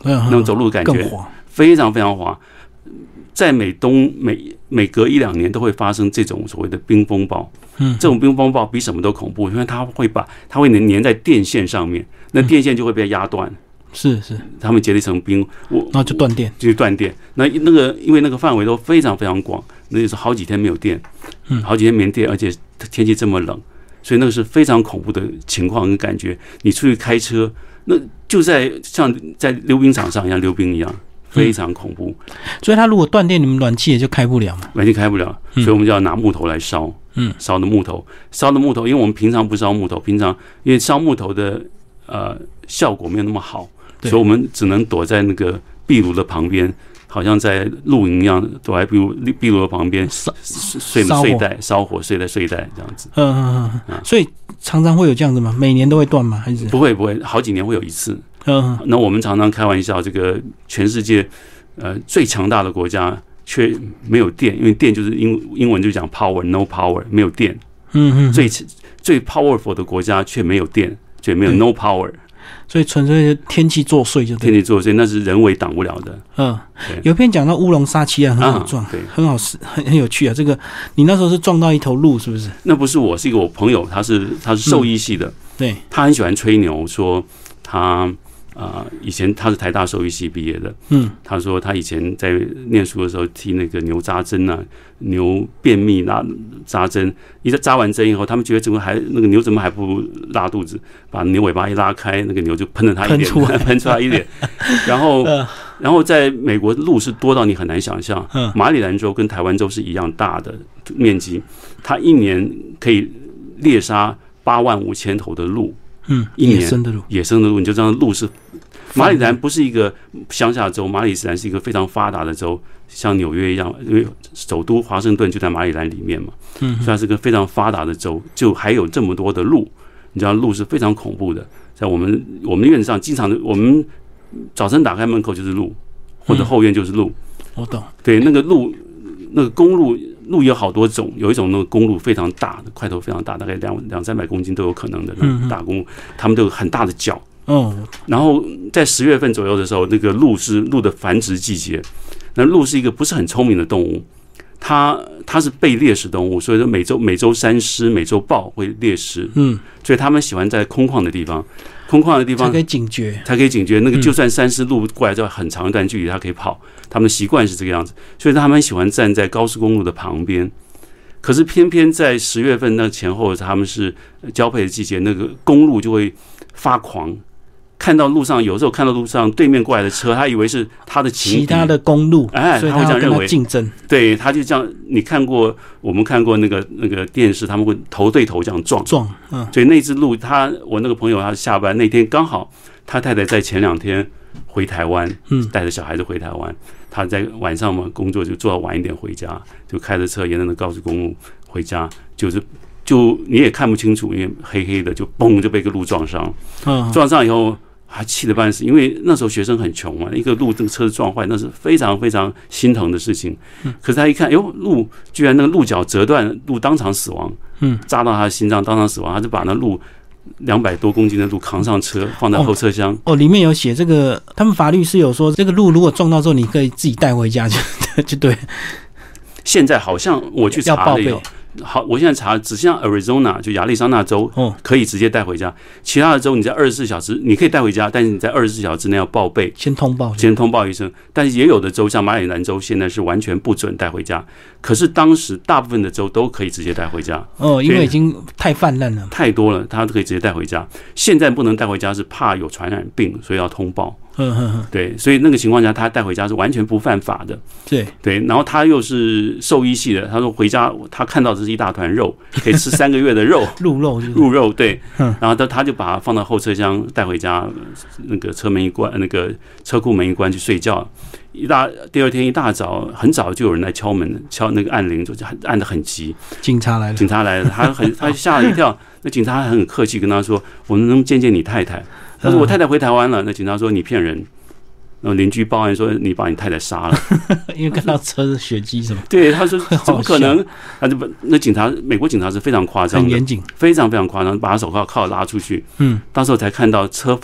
[SPEAKER 2] 那种走路的感觉非常非常滑。在美东每隔1-2年都会发生这种所谓的冰风暴，这种冰风暴比什么都恐怖，因为它会粘在电线上面，那电线就会被压断。
[SPEAKER 1] 是，
[SPEAKER 2] 他们结了一层冰，
[SPEAKER 1] 然后就断电，
[SPEAKER 2] 那个因为那个范围都非常非常广，那就是好几天没有电，好几天没电，而且天气这么冷，所以那个是非常恐怖的情况跟感觉。你出去开车，那就像在溜冰场上一样溜冰一样，非常恐怖。
[SPEAKER 1] 所以它如果断电，你们暖气也就开不了嘛？
[SPEAKER 2] 暖气开不了，所以我们就要拿木头来烧，烧的木头，因为我们平常不烧木头，因为烧木头的效果没有那么好。所以我们只能躲在那个壁炉的旁边，好像在露营一样，躲在壁炉的旁边睡袋，烧火睡在睡袋这样子。
[SPEAKER 1] 所以常常会有这样子吗？每年都会断吗？还是
[SPEAKER 2] 不会，好几年会有一次。那我们常常开玩笑，这个全世界最强大的国家却没有电，因为电就是英文就讲 power，no power， 没有电。最 powerful 的国家却没有电，却没有 no power。
[SPEAKER 1] 所以纯粹天气作祟就对，
[SPEAKER 2] 天气作祟那是人为挡不了的。
[SPEAKER 1] 有篇讲到乌龙沙奇啊，很好撞，很好，很有趣啊。这个你那时候是撞到一头鹿，是不是？
[SPEAKER 2] 那不是我，是一个我朋友，他是兽医系的，
[SPEAKER 1] 对，
[SPEAKER 2] 他很喜欢吹牛，说他以前他是台大兽医系毕业的，他说他以前在念书的时候替那个牛扎针啊，牛便秘扎针，一扎完针以后，他们觉得那个牛怎么还不拉肚子？把牛尾巴一拉开，那个牛就喷了他一脸，喷出来一脸。然后在美国鹿是多到你很难想象，马里兰州跟台湾州是一样大的面积，它一年可以猎杀85000头的鹿。
[SPEAKER 1] 野生的
[SPEAKER 2] 鹿，你就知道鹿是马里兰不是一个乡下州，马里兰是一个非常发达的州，像纽约一样，因为首都华盛顿就在马里兰里面嘛，所以它是个非常发达的州，就还有这么多的鹿，你知道鹿是非常恐怖的，在我们院子上经常我们早晨打开门口就是鹿，或者后院就是鹿。
[SPEAKER 1] 我懂。对，
[SPEAKER 2] 那个鹿，那个公鹿有好多种，有一种那个公鹿非常大的，块头非常大，大概200-300公斤都有可能的那种大公鹿，它们都有很大的脚。然后在10月份左右的时候，那个鹿是鹿的繁殖季节。那鹿是一个不是很聪明的动物，它是被猎食动物，所以说美洲山狮、美洲豹会猎食。所以他们喜欢在空旷的地方才可以警觉。那个就算山狮鹿过来在很长一段距离，它可以跑。他们的习惯是这个样子，所以他们喜欢站在高速公路的旁边。可是偏偏在10月份那前后，他们是交配的季节，那个公鹿就会发狂。有时候看到路上对面过来的车，他以为是他的情敌，
[SPEAKER 1] 其他的公鹿，
[SPEAKER 2] 所以他会这样认为
[SPEAKER 1] 竞争。
[SPEAKER 2] 对，他就这样。我们看过那个电视，他们会头对头这样撞。所以那只鹿，我那个朋友他下班那天刚好，他太太在前2天回台湾，带着小孩子回台湾，他在晚上嘛工作就做到晚一点回家，就开着车沿着那高速公路回家，就你也看不清楚，因为黑黑的，就嘣就被一个鹿撞伤。撞上以后还气得半死，因为那时候学生很穷嘛，一个鹿这个车子撞坏，那是非常非常心疼的事情。可是他一看，鹿居然那个鹿角折断，鹿当场死亡，扎到他的心脏，当场死亡。他就把那鹿200多公斤的鹿扛上车，放在后车厢。
[SPEAKER 1] 里面有写这个，他们法律是有说，这个鹿如果撞到之后，你可以自己带回家，就对。
[SPEAKER 2] 现在好像我去查了以后。好，我现在查只剩下 Arizona 就亚利桑那州可以直接带回家，其他的州你在24小时你可以带回家，但是你在24小时之内要报备，先通报一声。但是也有的州像马里兰州现在是完全不准带回家，可是当时大部分的州都可以直接带回家。因
[SPEAKER 1] 为已经太泛滥了，
[SPEAKER 2] 太多了，它都可以直接带回家。现在不能带回家是怕有传染病，所以要通报。对，所以那个情况下，他带回家是完全不犯法的。对，然后他又是兽医系的，他说回家他看到这是一大团肉，可以吃3个月的肉，鹿肉。对，然后他就把它放到后车厢带回家，那个车门一关，那个车库门一关去睡觉。第二天一大早很早就有人来敲门，敲那个按铃，就按得很急。警察来了，他吓了一跳。那警察还很客气跟他说：“我能不能见见你太太？”他说：“我太太回台湾了。”那警察说：“你骗人。”然后邻居报案说：“你把你太太杀了。”
[SPEAKER 1] 因为看到车子血迹什么。
[SPEAKER 2] 对，他说：“怎么可能？”他就美国警察是非常夸张的，
[SPEAKER 1] 很严谨，
[SPEAKER 2] 非常非常夸张，把他手铐拉出去。当时候才看到车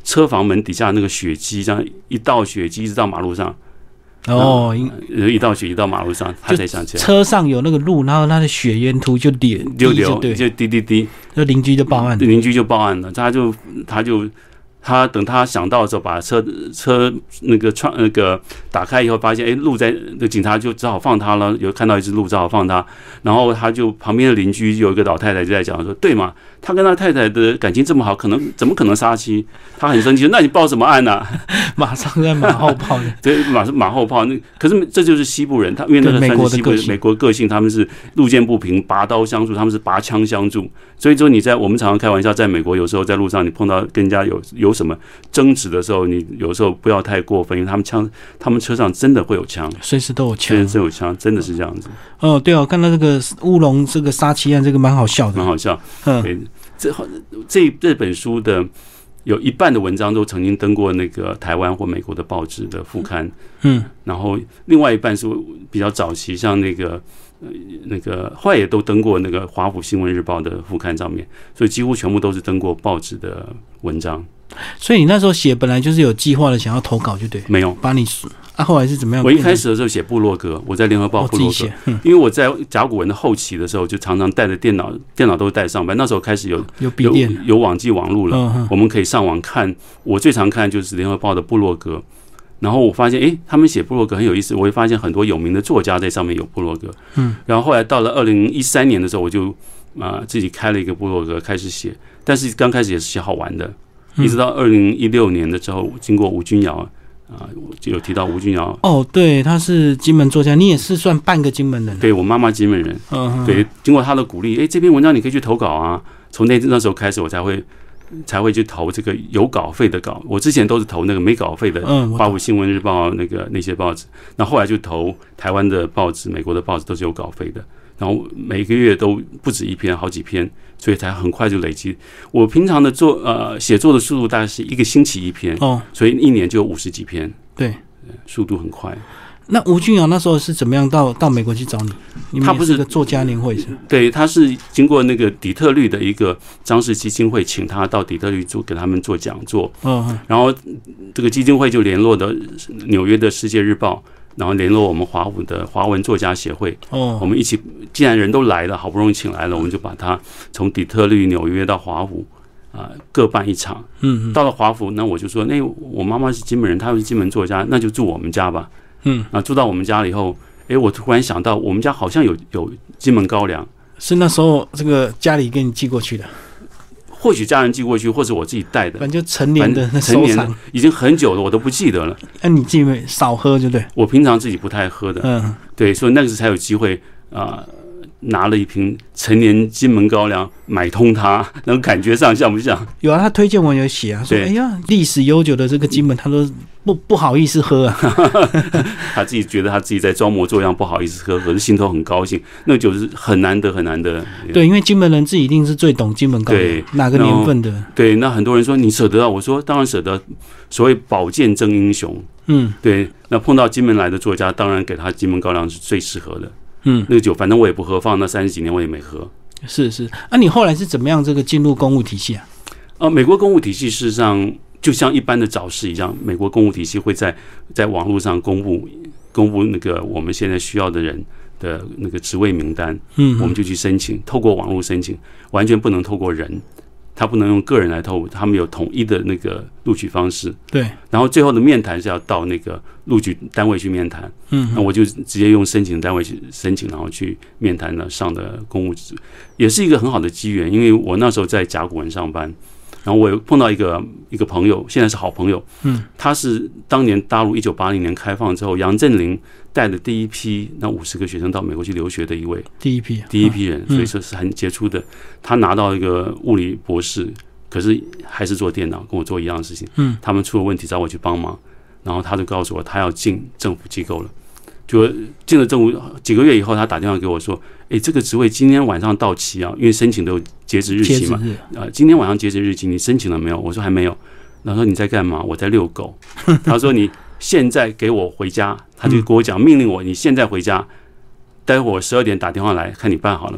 [SPEAKER 2] 车房门底下那个血迹，这样一道血迹一直到马路上。一道血一到马路上，他才想起来
[SPEAKER 1] 车上有那个路，然后他的血沿途就流，
[SPEAKER 2] 就滴，
[SPEAKER 1] 就邻居就报案
[SPEAKER 2] 了，他等他想到的时候，把车那个打开以后，发现路在，警察就只好放他了。有看到一只鹿，只好放他。然后他就旁边的邻居有一个老太太就在讲说：“对嘛，他跟他太太的感情这么好，怎么可能杀妻？”他很生气，那你报什么案啊？
[SPEAKER 1] 马上在马后炮的，
[SPEAKER 2] 对，马后炮。可是这就是西部人，因为那个算是西部人，美国个性，他们是路见不平拔刀相助，他们是拔枪相助。所以说我们常常开玩笑，在美国有时候在路上你碰到跟人家有什么争执的时候，你有时候不要太过分，因为他们车上真的会有枪，随时都有枪，真的是这样子。
[SPEAKER 1] 哦，对哦，看到这个乌龙这个杀妻案，这个蛮好笑的，
[SPEAKER 2] 蛮好笑。对，这本书的有一半的文章都曾经登过那个台湾或美国的报纸的副刊，然后另外一半是比较早期，像那个后来也都登过那个华府新闻日报的副刊上面，所以几乎全部都是登过报纸的文章。
[SPEAKER 1] 所以你那时候写本来就是有计划的，想要投稿就对，
[SPEAKER 2] 没有
[SPEAKER 1] 把你后来是怎么样？
[SPEAKER 2] 我一开始的时候写部落格，我在联合报部落格，因为我在甲骨文的后期的时候，就常常带着电脑都是带上班。那时候开始有笔电，有网际网路了，我们可以上网看。我最常看就是联合报的部落格，然后我发现，他们写部落格很有意思。我会发现很多有名的作家在上面有部落格，然后后来到了2013年的时候，我就自己开了一个部落格开始写，但是刚开始也是写好玩的。一直到2016年的时候，经过吴君尧就有提到吴君尧。哦，
[SPEAKER 1] 对，他是金门作家，你也是算半个金门人。
[SPEAKER 2] 对，我妈妈金门人。对，经过他的鼓励，这篇文章你可以去投稿啊。从那时候开始，我才会去投这个有稿费的稿。我之前都是投那个没稿费的，华府新闻日报那些报纸。那后来就投台湾的报纸、美国的报纸都是有稿费的。然后每个月都不止一篇，好几篇，所以才很快就累积。我平常的写作的速度大概是一个星期一篇，所以一年就有50几篇，
[SPEAKER 1] 对，
[SPEAKER 2] 速度很快。
[SPEAKER 1] 那吴君尧那时候是怎么样到美国去找你？他不是个作家年会是？
[SPEAKER 2] 对，他是经过那个底特律的一个张氏基金会，请他到底特律给他们做讲座，然后这个基金会就联络的纽约的世界日报。然后联络我们华府的华文作家协会，我们一起，既然人都来了，好不容易请来了，我们就把他从底特律、纽约到华府，各办一场。到了华府，那我就说，我妈妈是金门人，她又是金门作家，那就住我们家吧。住到我们家了以后，我突然想到，我们家好像有金门高粱，
[SPEAKER 1] 是那时候这个家里给你寄过去的。
[SPEAKER 2] 或许家人寄过去，或是我自己带的，
[SPEAKER 1] 反正就成年的收藏，
[SPEAKER 2] 已经很久了，我都不记得了。
[SPEAKER 1] 你自己少喝就对。
[SPEAKER 2] 我平常自己不太喝的，对，所以那个时候才有机会拿了一瓶成年金门高粱买通它，那种感觉上像不像？
[SPEAKER 1] 有啊，他推荐文有写啊，说历史悠久的这个金门，他都不好意思喝啊。
[SPEAKER 2] 他自己觉得他自己在装模作样，不好意思喝，可是心头很高兴。那酒是很难得很难得。
[SPEAKER 1] 对，因为金门人自己一定是最懂金门高粱哪个年份的。
[SPEAKER 2] 对，那很多人说你舍得啊，我说当然舍得。所谓宝剑争英雄，对，那碰到金门来的作家，当然给他金门高粱是最适合的。那个酒反正我也不喝，放那30几年我也没喝。
[SPEAKER 1] 是，你后来是怎么样这个进入公务体系啊？
[SPEAKER 2] 美国公务体系事实上就像一般的早市一样，美国公务体系会在网络上公布那个我们现在需要的人的那个职位名单，我们就去申请，透过网络申请，完全不能透过人。他不能用个人来投，他们有统一的那个录取方式。
[SPEAKER 1] 对，
[SPEAKER 2] 然后最后的面谈是要到那个录取单位去面谈。那我就直接用申请单位去申请，然后去面谈了上的公务职，也是一个很好的机缘。因为我那时候在甲骨文上班，然后我有碰到一个朋友，现在是好朋友。他是当年大陆1980年开放之后，杨振宁带的第一批那50个学生到美国去留学的一位第一批人，所以说是很杰出的。他拿到一个物理博士，可是还是做电脑，跟我做一样的事情。他们出了问题找我去帮忙，然后他就告诉我他要进政府机构了。就进了政府几个月以后，他打电话给我说：“这个职位今天晚上到期啊，因为申请都有截止日期嘛。今天晚上截止日期，你申请了没有？”我说还没有。然后说你在干嘛？我在遛狗。他说你现在给我回家，他就跟我讲命令我，你现在回家，待会儿12点打电话来看你办好了没有。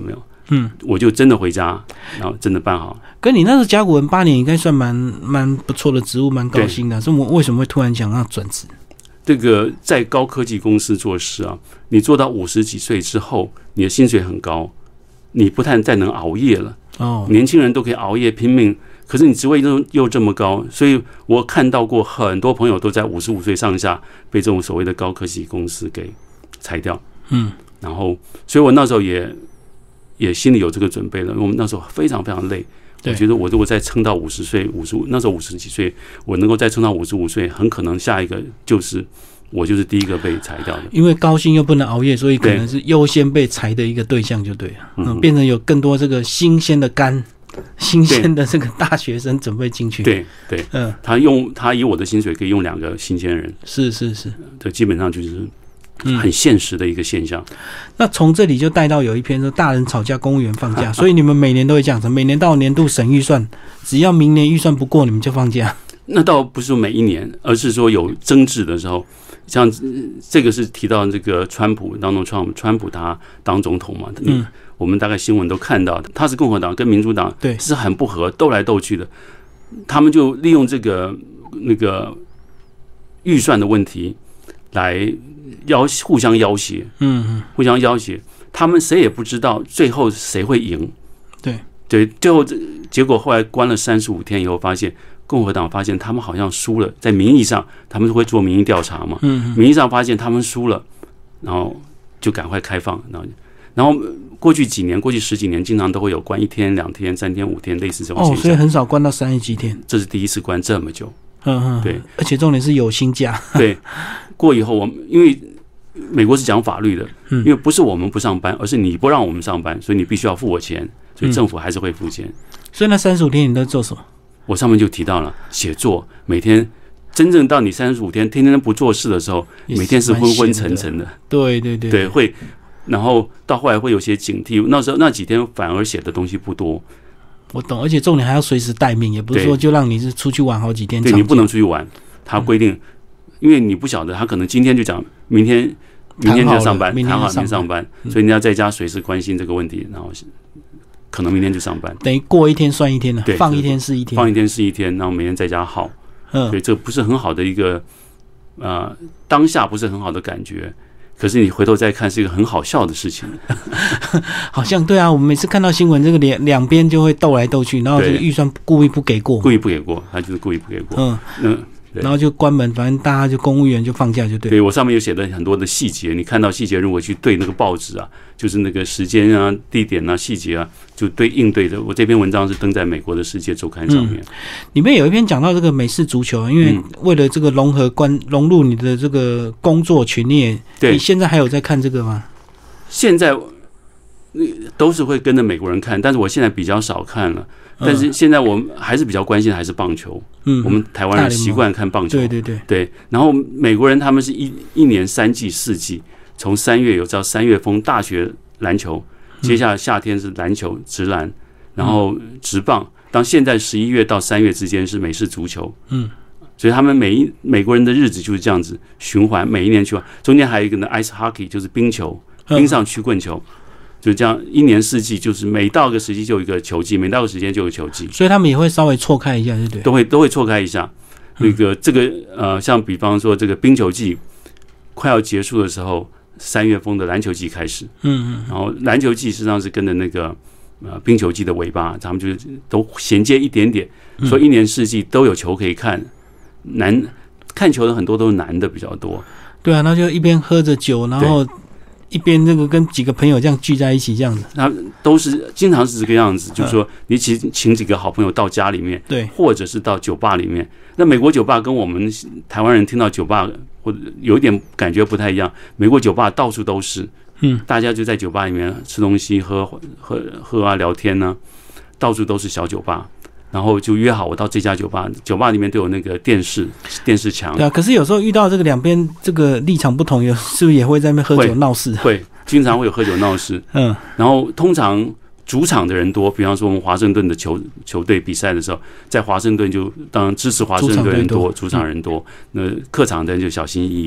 [SPEAKER 2] 我就真的回家，然后真的办好。
[SPEAKER 1] 跟你那时候甲骨文8年应该算蛮不错的职务，蛮高薪的。所以我为什么会突然想要转职？
[SPEAKER 2] 这个在高科技公司做事啊，你做到50几岁之后，你的薪水很高，你不但再能熬夜了。年轻人都可以熬夜拼命，可是你职位又这么高，所以我看到过很多朋友都在55岁上下被这种所谓的高科技公司给裁掉。然后，所以我那时候也心里有这个准备了。我们那时候非常非常累，我觉得我如果再撑到50岁、55，那时候50几岁，我能够再撑到55岁，很可能下一个就是我就是第一个被裁掉的。因
[SPEAKER 1] 为高薪又不能熬夜，所以可能是优先被裁的一个对象，就对了。变成有更多这个新鲜的肝、新鲜的这个大学生准备进去。
[SPEAKER 2] 对，他以我的薪水可以用2个新鲜人。是，这基本上就是很现实的一个现象。
[SPEAKER 1] 那从这里就带到有一篇说大人吵架，公务员放假，所以你们每年都会这样子，每年到年度审预算，只要明年预算不过，你们就放假。
[SPEAKER 2] 那倒不是说每一年，而是说有争执的时候，像这个是提到这个川普他当总统嘛，我们大概新闻都看到，他是共和党跟民主党是很不合，斗来斗去的，他们就利用这个那个预算的问题来互相要挟，互相要挟，他们谁也不知道最后谁会赢。对，最后结果后来关了35天以后，发现共和党发现他们好像输了，在民意上他们会做民意调查嘛，民意上发现他们输了，然后就赶快开放，然后过去10几年，经常都会有关1天、2天、3天、5天，类似这种现象。
[SPEAKER 1] 所以很少关到30几天。
[SPEAKER 2] 这是第一次关这么久。对，
[SPEAKER 1] 而且重点是有薪假。
[SPEAKER 2] 对，过以后因为美国是讲法律的，因为不是我们不上班，而是你不让我们上班，所以你必须要付我钱，所以政府还是会付钱。
[SPEAKER 1] 所以那35天你都做什么？
[SPEAKER 2] 我上面就提到了写作，每天真正到你35天天天不做事的时候，每天是昏昏沉沉的。对，会，然后到后来会有些警惕。那时候那几天反而写的东西不多。
[SPEAKER 1] 我懂，而且重点还要随时待命，也不是说就让你是出去玩好几天。
[SPEAKER 2] 对，你不能出去玩，他规定，因为你不晓得，他可能今天就讲，明天就要上班，谈好明天上班，所以你要在家随时关心这个问题，然后可能明天就上班，
[SPEAKER 1] 等于过一天算一天了，放一天是一天，
[SPEAKER 2] 放一天是一天，然后每天在家耗，所以这不是很好的一个当下不是很好的感觉。可是你回头再看，是一个很好笑的事情。
[SPEAKER 1] 好像对啊，我们每次看到新闻，这个两边就会斗来斗去，然后这个预算故意不给过，
[SPEAKER 2] 他就是故意不给过。
[SPEAKER 1] 然后就关门，反正大家就公务员就放假就对。
[SPEAKER 2] 对，我上面有写了很多的细节，你看到细节，如果去对那个报纸啊，就是那个时间啊、地点啊、细节啊，就应对的。我这篇文章是登在美国的《世界周刊》上面，
[SPEAKER 1] 里面有一篇讲到这个美式足球，因为为了这个融入你的这个工作群，你现在还有在看这个吗？
[SPEAKER 2] 现在都是会跟着美国人看，但是我现在比较少看了。但是现在我们还是比较关心的还是棒球，我们台湾人习惯看棒球，对。然后美国人他们是一年3季4季，从3月有叫3月风大学篮球，接下来夏天是篮球职篮，然后职棒，到现在11月到3月之间是美式足球，所以他们美国人的日子就是这样子循环，每一年去玩。中间还有一个呢 ice hockey， 就是冰球，冰上曲棍球。就这样1年4季，就是每到个时期就有一个球季，每到个时间就有个球季，
[SPEAKER 1] 所以他们也会稍微错开一下，对不对？
[SPEAKER 2] 都会错开一下。这个像比方说这个冰球季快要结束的时候，3月风的篮球季开始，然后篮球季实际上是跟着那个冰球季的尾巴，他们就都衔接一点点，所以1年4季都有球可以看。看球的很多都是男的比较多，
[SPEAKER 1] 对啊，那就一边喝着酒，然后一边那个跟几个朋友这样聚在一起，这样子，那
[SPEAKER 2] 都是经常是这个样子。就是说，你请几个好朋友到家里面，
[SPEAKER 1] 对，
[SPEAKER 2] 或者是到酒吧里面。那美国酒吧跟我们台湾人听到酒吧或者有一点感觉不太一样。美国酒吧到处都是，大家就在酒吧里面吃东西、喝啊、聊天呢，到处都是小酒吧。然后就约好我到这家酒吧，酒吧里面都有那个电视墙。
[SPEAKER 1] 对啊，可是有时候遇到这个两边这个立场不同，是不是也会在那边喝酒闹事？
[SPEAKER 2] 会，经常会有喝酒闹事。然后通常主场的人多，比方说我们华盛顿的球队比赛的时候，在华盛顿就当然支持华盛顿人多，主场人多。那客场的人就小心翼翼的，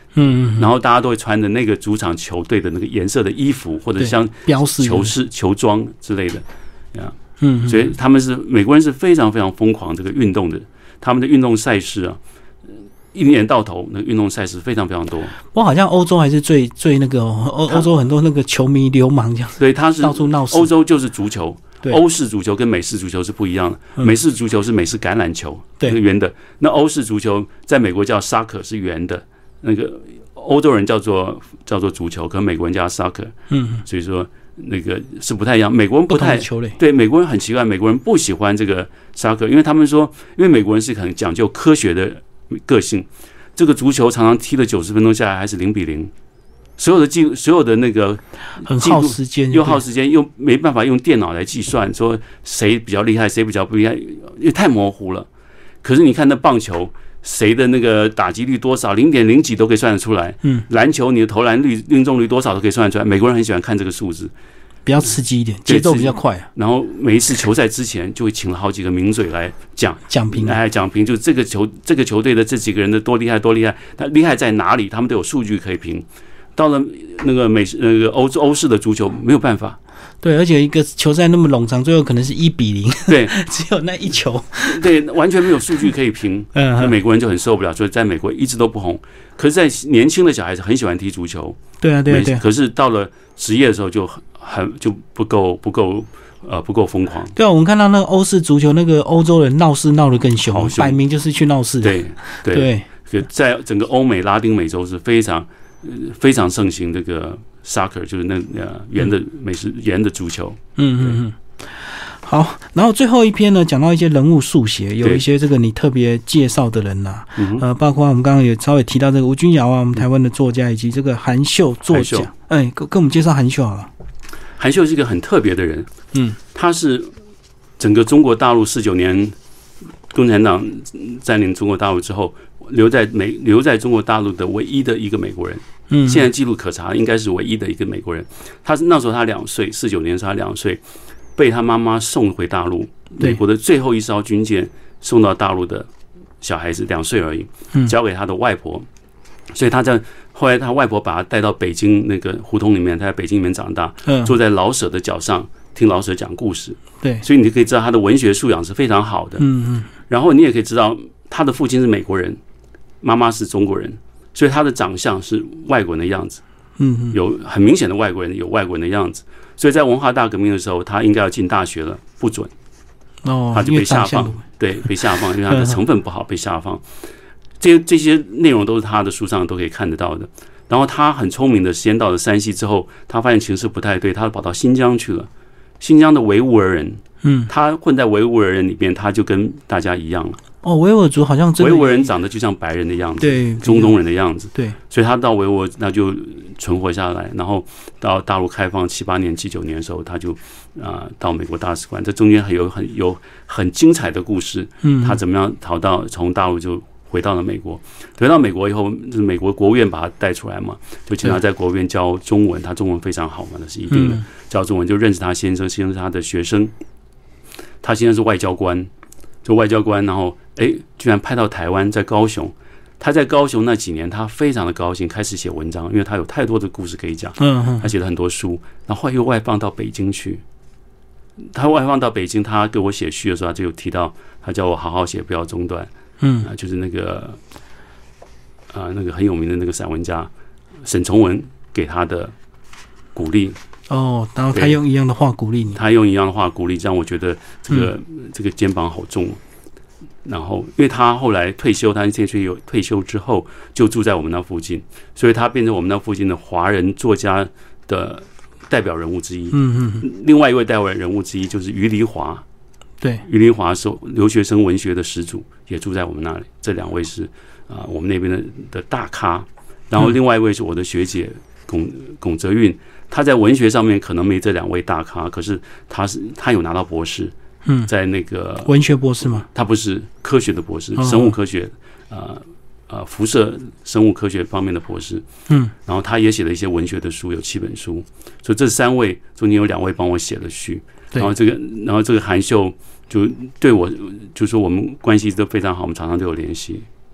[SPEAKER 2] 然后大家都会穿的那个主场球队的那个颜色的衣服，或者像
[SPEAKER 1] 标识
[SPEAKER 2] 球装之类的呀。所以美国人是非常非常疯狂这个运动的，他们的运动赛事啊，一年到头那个运动赛事非常非常多。
[SPEAKER 1] 我好像欧洲还是最那个欧洲很多那个球迷流氓这样，
[SPEAKER 2] 对，他是
[SPEAKER 1] 到处闹事。
[SPEAKER 2] 欧洲就是足球，欧式足球跟美式足球是不一样的。美式足球是美式橄榄球，那个圆的。那欧式足球在美国叫 soccer 是圆的，那个欧洲人叫做足球，可美国人叫 soccer。所以说那个是不太一样。美国人不太对，美国人很奇怪，美国人不喜欢这个 soccer， 因为他们说，因为美国人是很讲究科学的个性，这个足球常常踢了90分钟下来还是0-0。所有的那个
[SPEAKER 1] 很耗时间，
[SPEAKER 2] 又耗时间，又没办法用电脑来计算，说谁比较厉害，谁比较不厉害，因为太模糊了。可是你看那棒球，谁的那个打击率多少，0.0几都可以算得出来。篮球你的投篮率、命中率多少都可以算得出来。美国人很喜欢看这个数字，
[SPEAKER 1] 比较刺激一点，节奏比较快。
[SPEAKER 2] 然后每一次球赛之前，就会请了好几个名嘴来讲评，就是这个球队的这几个人的多厉害，他厉害在哪里，他们都有数据可以评。到了那个欧式的足球没有办法，
[SPEAKER 1] 对，而且一个球赛那么冗长，最后可能是1-0，
[SPEAKER 2] 对，
[SPEAKER 1] 只有那一球，
[SPEAKER 2] 对，完全没有数据可以评。美国人就很受不了，所以在美国一直都不红。可是，在年轻的小孩子很喜欢踢足球，
[SPEAKER 1] 对啊。
[SPEAKER 2] 可是到了职业的时候就不够疯狂。
[SPEAKER 1] 对啊，我们看到那个欧式足球，那个欧洲人闹事闹得更凶，摆明就是去闹事的。
[SPEAKER 2] 对，在整个欧美、拉丁美洲是非常盛行这个 soccer， 就是那圆的美式圆的足球。
[SPEAKER 1] 好，然后最后一篇呢，讲到一些人物速写，有一些这个你特别介绍的人呐，包括我们刚刚也稍微提到这个吴君尧啊，我们台湾的作家，以及这个韩秀作家。跟我们介绍韩秀好了。
[SPEAKER 2] 韩秀是一个很特别的人，他是整个中国大陆49年共产党占领中国大陆之后，留在中国大陆的唯一的一个美国人。现在记录可查，应该是唯一的一个美国人。那时候他2岁，49年的时候他2岁，被他妈妈送回大陆。美国的最后一艘军舰送到大陆的小孩子2岁而已，交给他的外婆。所以后来他外婆把他带到北京那个胡同里面，他在北京里面长大，坐在老舍的脚上听老舍讲故事。对，所以你就可以知道他的文学素养是非常好的。然后你也可以知道他的父亲是美国人，妈妈是中国人，所以他的长相是外国人的样子。有很明显的外国人，有外国人的样子。所以在文化大革命的时候，他应该要进大学了，不准，他就被下放。对，被下放，因为他的成分不好，被下放。这些内容都是他的书上都可以看得到的。然后他很聪明的，先到了山西之后，他发现情势不太对，他跑到新疆去了。新疆的维吾尔人，他混在维吾尔人里边，他就跟大家一样了。
[SPEAKER 1] 维吾尔族好像真的，
[SPEAKER 2] 维吾尔人长得就像白人的样子，
[SPEAKER 1] 对，
[SPEAKER 2] 中东人的样子，
[SPEAKER 1] 对，
[SPEAKER 2] 所以他到维吾尔那就存活下来，然后到大陆开放78年、79年的时候，他就到美国大使馆，这中间有很精彩的故事。他怎么样从大陆就回到了美国，回到美国以后，就是美国国务院把他带出来嘛，就请他在国务院教中文，他中文非常好嘛，那是一定的。教中文就认识他先生，先生是他的学生，他先生是外交官，然后居然派到台湾，在高雄。他在高雄那几年，他非常的高兴，开始写文章，因为他有太多的故事可以讲。他写了很多书，然后又外放到北京去。他外放到北京，他给我写序的时候，他就有提到，他叫我好好写，不要中断。就是那个很有名的那个散文家沈从文给他的鼓励。然后
[SPEAKER 1] 他用一样的话鼓励你，
[SPEAKER 2] 让我觉得这个肩膀好重。然后，因为他后来退休，他退休之后就住在我们那附近，所以他变成我们那附近的华人作家的代表人物之一。另外一位代表人物之一就是余黎华。对，余黎华是留学生文学的始祖，也住在我们那里。这2位是我们那边的大咖。然后另外一位是我的学姐龚泽韵，她在文学上面可能没这2位大咖，可是她有拿到博士。在那个
[SPEAKER 1] 文学博士吗？
[SPEAKER 2] 他不是科学的博士，生物科学，辐射生物科学方面的博士。然后他也写了一些文学的书，有7本书。所以这3位中间有2位帮我写了序。然后这个韩秀就对我，就说我们关系都非常好，我们常常都有联系。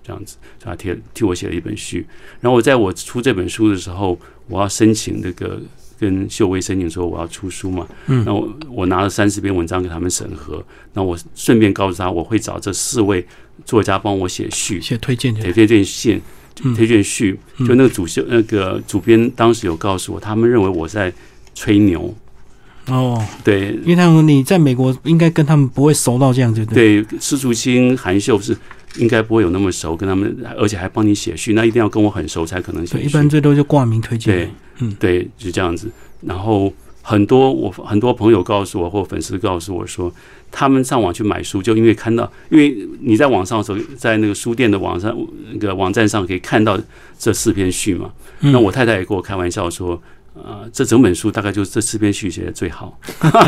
[SPEAKER 2] 这样子，他替我写了一本序。然后在我出这本书的时候，我要申请那个跟秀威申请说我要出书嘛，那我拿了30篇文章给他们审核，那我顺便告诉他我会找这4位作家帮我写序，
[SPEAKER 1] 写推荐
[SPEAKER 2] 信。推荐序，就那个主编当时有告诉我，他们认为我在吹牛。
[SPEAKER 1] 哦，
[SPEAKER 2] 对，
[SPEAKER 1] 因为他们你在美国应该跟他们不会熟到这样子，
[SPEAKER 2] 对，施竹青、韩秀是应该不会有那么熟，跟他们，而且还帮你写序，那一定要跟我很熟才可能写序。
[SPEAKER 1] 一般最多就挂名推荐。
[SPEAKER 2] 对，对，就这样子。然后很多朋友告诉我，或粉丝告诉我说，他们上网去买书，就因为看到，因为你在网上的时候，在那个书店的那个网站上可以看到这4篇序嘛。那我太太也跟我开玩笑说，这整本书大概就是这4篇序写的最好。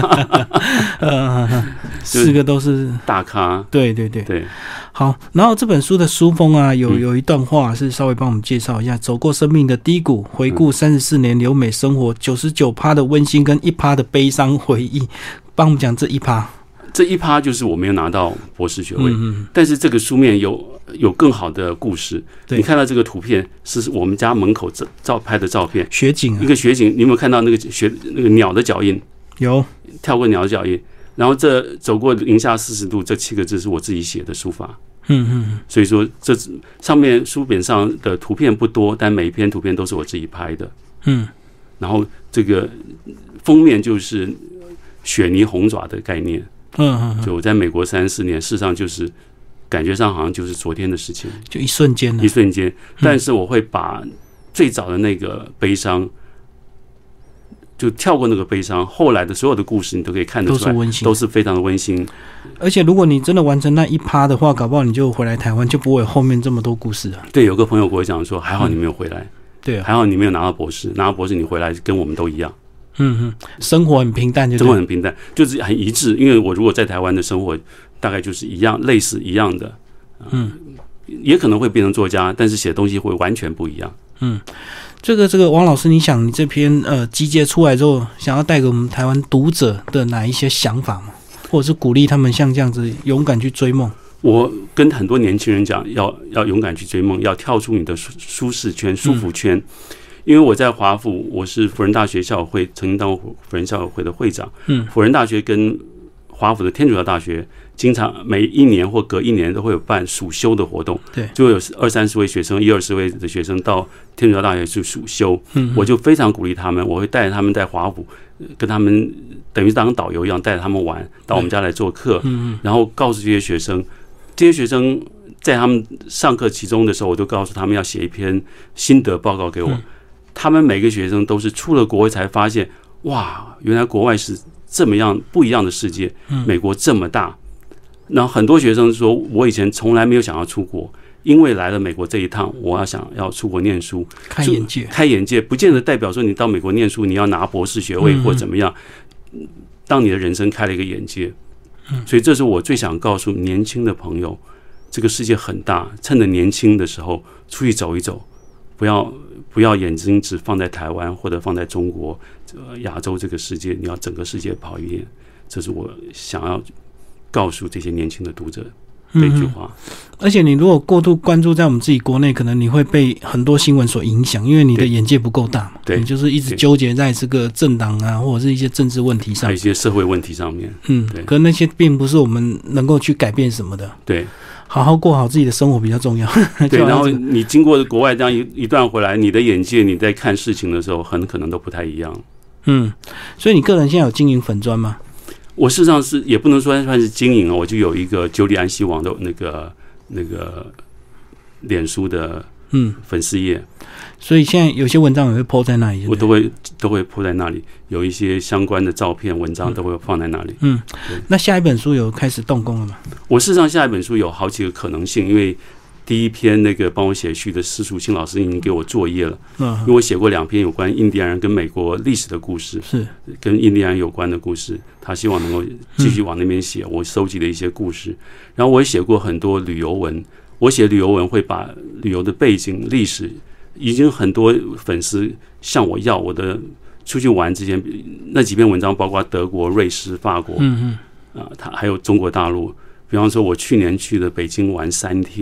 [SPEAKER 1] 4个都是
[SPEAKER 2] 大咖。
[SPEAKER 1] 对。好，然后这本书的书封啊，有一段话是稍微帮我们介绍一下：走过生命的低谷，回顾34年留美生活，99%的温馨跟1%的悲伤回忆。帮我们讲这1%。
[SPEAKER 2] 这1%就是我没有拿到博士学位，但是这个书面有更好的故事。你看到这个图片是我们家门口拍的照片，
[SPEAKER 1] 雪景，
[SPEAKER 2] 一个雪景，你有没有看到那个鸟的脚印？
[SPEAKER 1] 有，
[SPEAKER 2] 跳过鸟的脚印。然后这走过零下40度，这7个字是我自己写的书法。所以说这上面书本上的图片不多，但每一篇图片都是我自己拍的。然后这个封面就是雪泥红爪的概念。就我在美国34年，事实上就是感觉上好像就是昨天的事情，
[SPEAKER 1] 就一瞬间。
[SPEAKER 2] 但是我会把最早的那个悲伤，就跳过那个悲伤，后来的所有的故事你都可以看得出来，都是非常的温馨。
[SPEAKER 1] 而且如果你真的完成那1%的话，搞不好你就回来台湾，就不会有后面这么多故事了。
[SPEAKER 2] 对，有个朋友跟我讲说，还好你没有回来。
[SPEAKER 1] 对，
[SPEAKER 2] 还好你没有拿到博士，拿到博士你回来跟我们都一样。
[SPEAKER 1] 生活很平淡，
[SPEAKER 2] 生活很平淡，就是很一致。因为我如果在台湾的生活，大概就是一样，类似一样的。也可能会变成作家，但是写的东西会完全不一样。
[SPEAKER 1] 这个王老师，你想你这篇集结出来之后，想要带给我们台湾读者的哪一些想法吗？或者是鼓励他们像这样子勇敢去追梦？我跟很多年轻人讲，要勇敢去追梦，要跳出你的舒适圈、舒服圈。因为我在华府，我是辅仁大学校友会，曾经当过辅仁校友会的会长。辅仁大学跟华府的天主教大学经常每1年或隔1年都会有办暑修的活动，对，就有20-30位学生，20-20位的学生到天主教大学去暑修。我就非常鼓励他们，我会带着他们在华府，跟他们等于当导游一样，带着他们玩，到我们家来做客，然后告诉这些学生在他们上课其中的时候，我就告诉他们要写一篇心得报告给我。他们每个学生都是出了国外才发现，哇，原来国外是这么样不一样的世界，美国这么大。然后很多学生说，我以前从来没有想要出国，因为来了美国这一趟，我想要出国念书， 开
[SPEAKER 2] 眼界，不见得代表说你到美国念书你要拿博士学位或怎么样。当你的人生开了一个眼界，所以这是我最想告诉年轻的朋友，这个世界很大，趁着年轻的时候出去走一走，不要眼睛只放在台湾或者放在中国、亚洲这个世界，你要整个世界跑一遍。这是我想要告诉这些年轻的读者的一句话。
[SPEAKER 1] 而且你如果过度关注在我们自己国内，可能你会被很多新闻所影响，因为你的眼界不够大嘛。对，你就是一直纠结在这个政党啊，或者是一些政治问题上，
[SPEAKER 2] 还有一些社会问题上面。
[SPEAKER 1] 对。可那些并不是我们能够去改变什么的。对。好好过好自己的生活比较重要。
[SPEAKER 2] 对，然后你经过国外这样一段回来，你的眼界，你在看事情的时候，很可能都不太一样。
[SPEAKER 1] 所以你个人现在有经营粉专吗？
[SPEAKER 2] 我事实上是也不能说算是经营，我就有一个九里安希网的那个脸书的粉丝页。所
[SPEAKER 1] 以现在有些文章也会 po 在那里，
[SPEAKER 2] 我都会 po 在那里，有一些相关的照片、文章都会放在那里。
[SPEAKER 1] 那下一本书有开始动工了吗？
[SPEAKER 2] 我事实上下一本书有好几个可能性，因为第一篇那个帮我写序的施淑清老师已经给我作业了。因为我写过2篇有关印第安人跟美国历史的故事，是跟印第安人有关的故事，他希望能够继续往那边写。我收集了一些故事，然后我也写过很多旅游文。我写旅游文会把旅游的背景、历史，已经很多粉丝向我要我的出去玩之前那几篇文章，包括德国、瑞士、法国，还有中国大陆。比方说，我去年去了北京玩3天，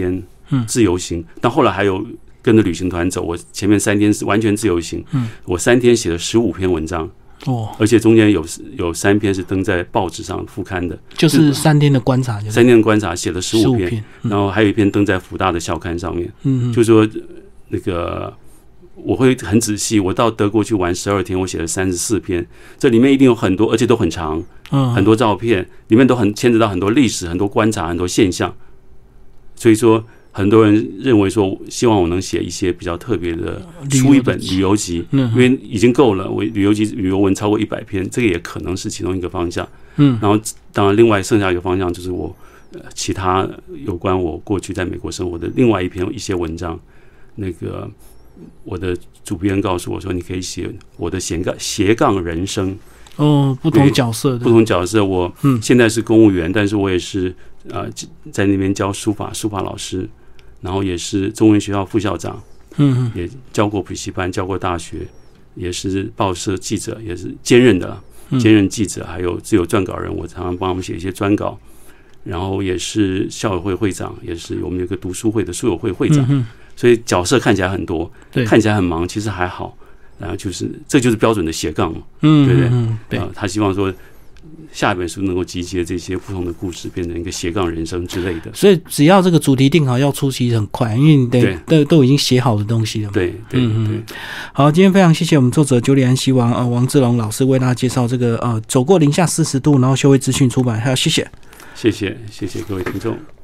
[SPEAKER 2] 自由行。但后来还有跟着旅行团走，我前面3天是完全自由行，我3天写了15篇文章。而且中间有3篇是登在报纸上副刊的，
[SPEAKER 1] 就是3天的观察，3
[SPEAKER 2] 天的观察写了15篇，然后还有一篇登在辅大的校刊上面。就是说那个我会很仔细，我到德国去玩12天，我写了34篇，这里面一定有很多，而且都很长，很多照片，里面都牵扯到很多历史、很多观察、很多现象，所以说。很多人认为说，希望我能写一些比较特别的，出一本旅游集，因为已经够了。我旅游文超过100篇，这个也可能是其中一个方向。然后当然另外剩下一个方向就是我其他有关我过去在美国生活的另外一些文章。那个我的主编告诉我说，你可以写我的斜杠人生。
[SPEAKER 1] 不同角色。
[SPEAKER 2] 我现在是公务员，但是我也是在那边教书法老师，然后也是中文学校副校长，也教过补习班，教过大学，也是报社记者，也是兼任记者，还有自由撰稿人，我常常帮他们写一些专稿，然后也是校友会会长，也是我们有一个读书会的书友会会长，所以角色看起来很多，看起来很忙，其实还好。然后这就是标准的斜杠嘛，对不对？对，他希望说下一本书能够集结这些不同的故事，变成一个斜杠人生之类的。
[SPEAKER 1] 所以只要这个主题定好，要出其实很快，因为你都已经写好的东西了嘛。
[SPEAKER 2] 对。
[SPEAKER 1] 好，今天非常谢谢我们作者九里安希王志龙老师为大家介绍这个走过零下40度，然后修为资讯出版，还有谢谢各位听众。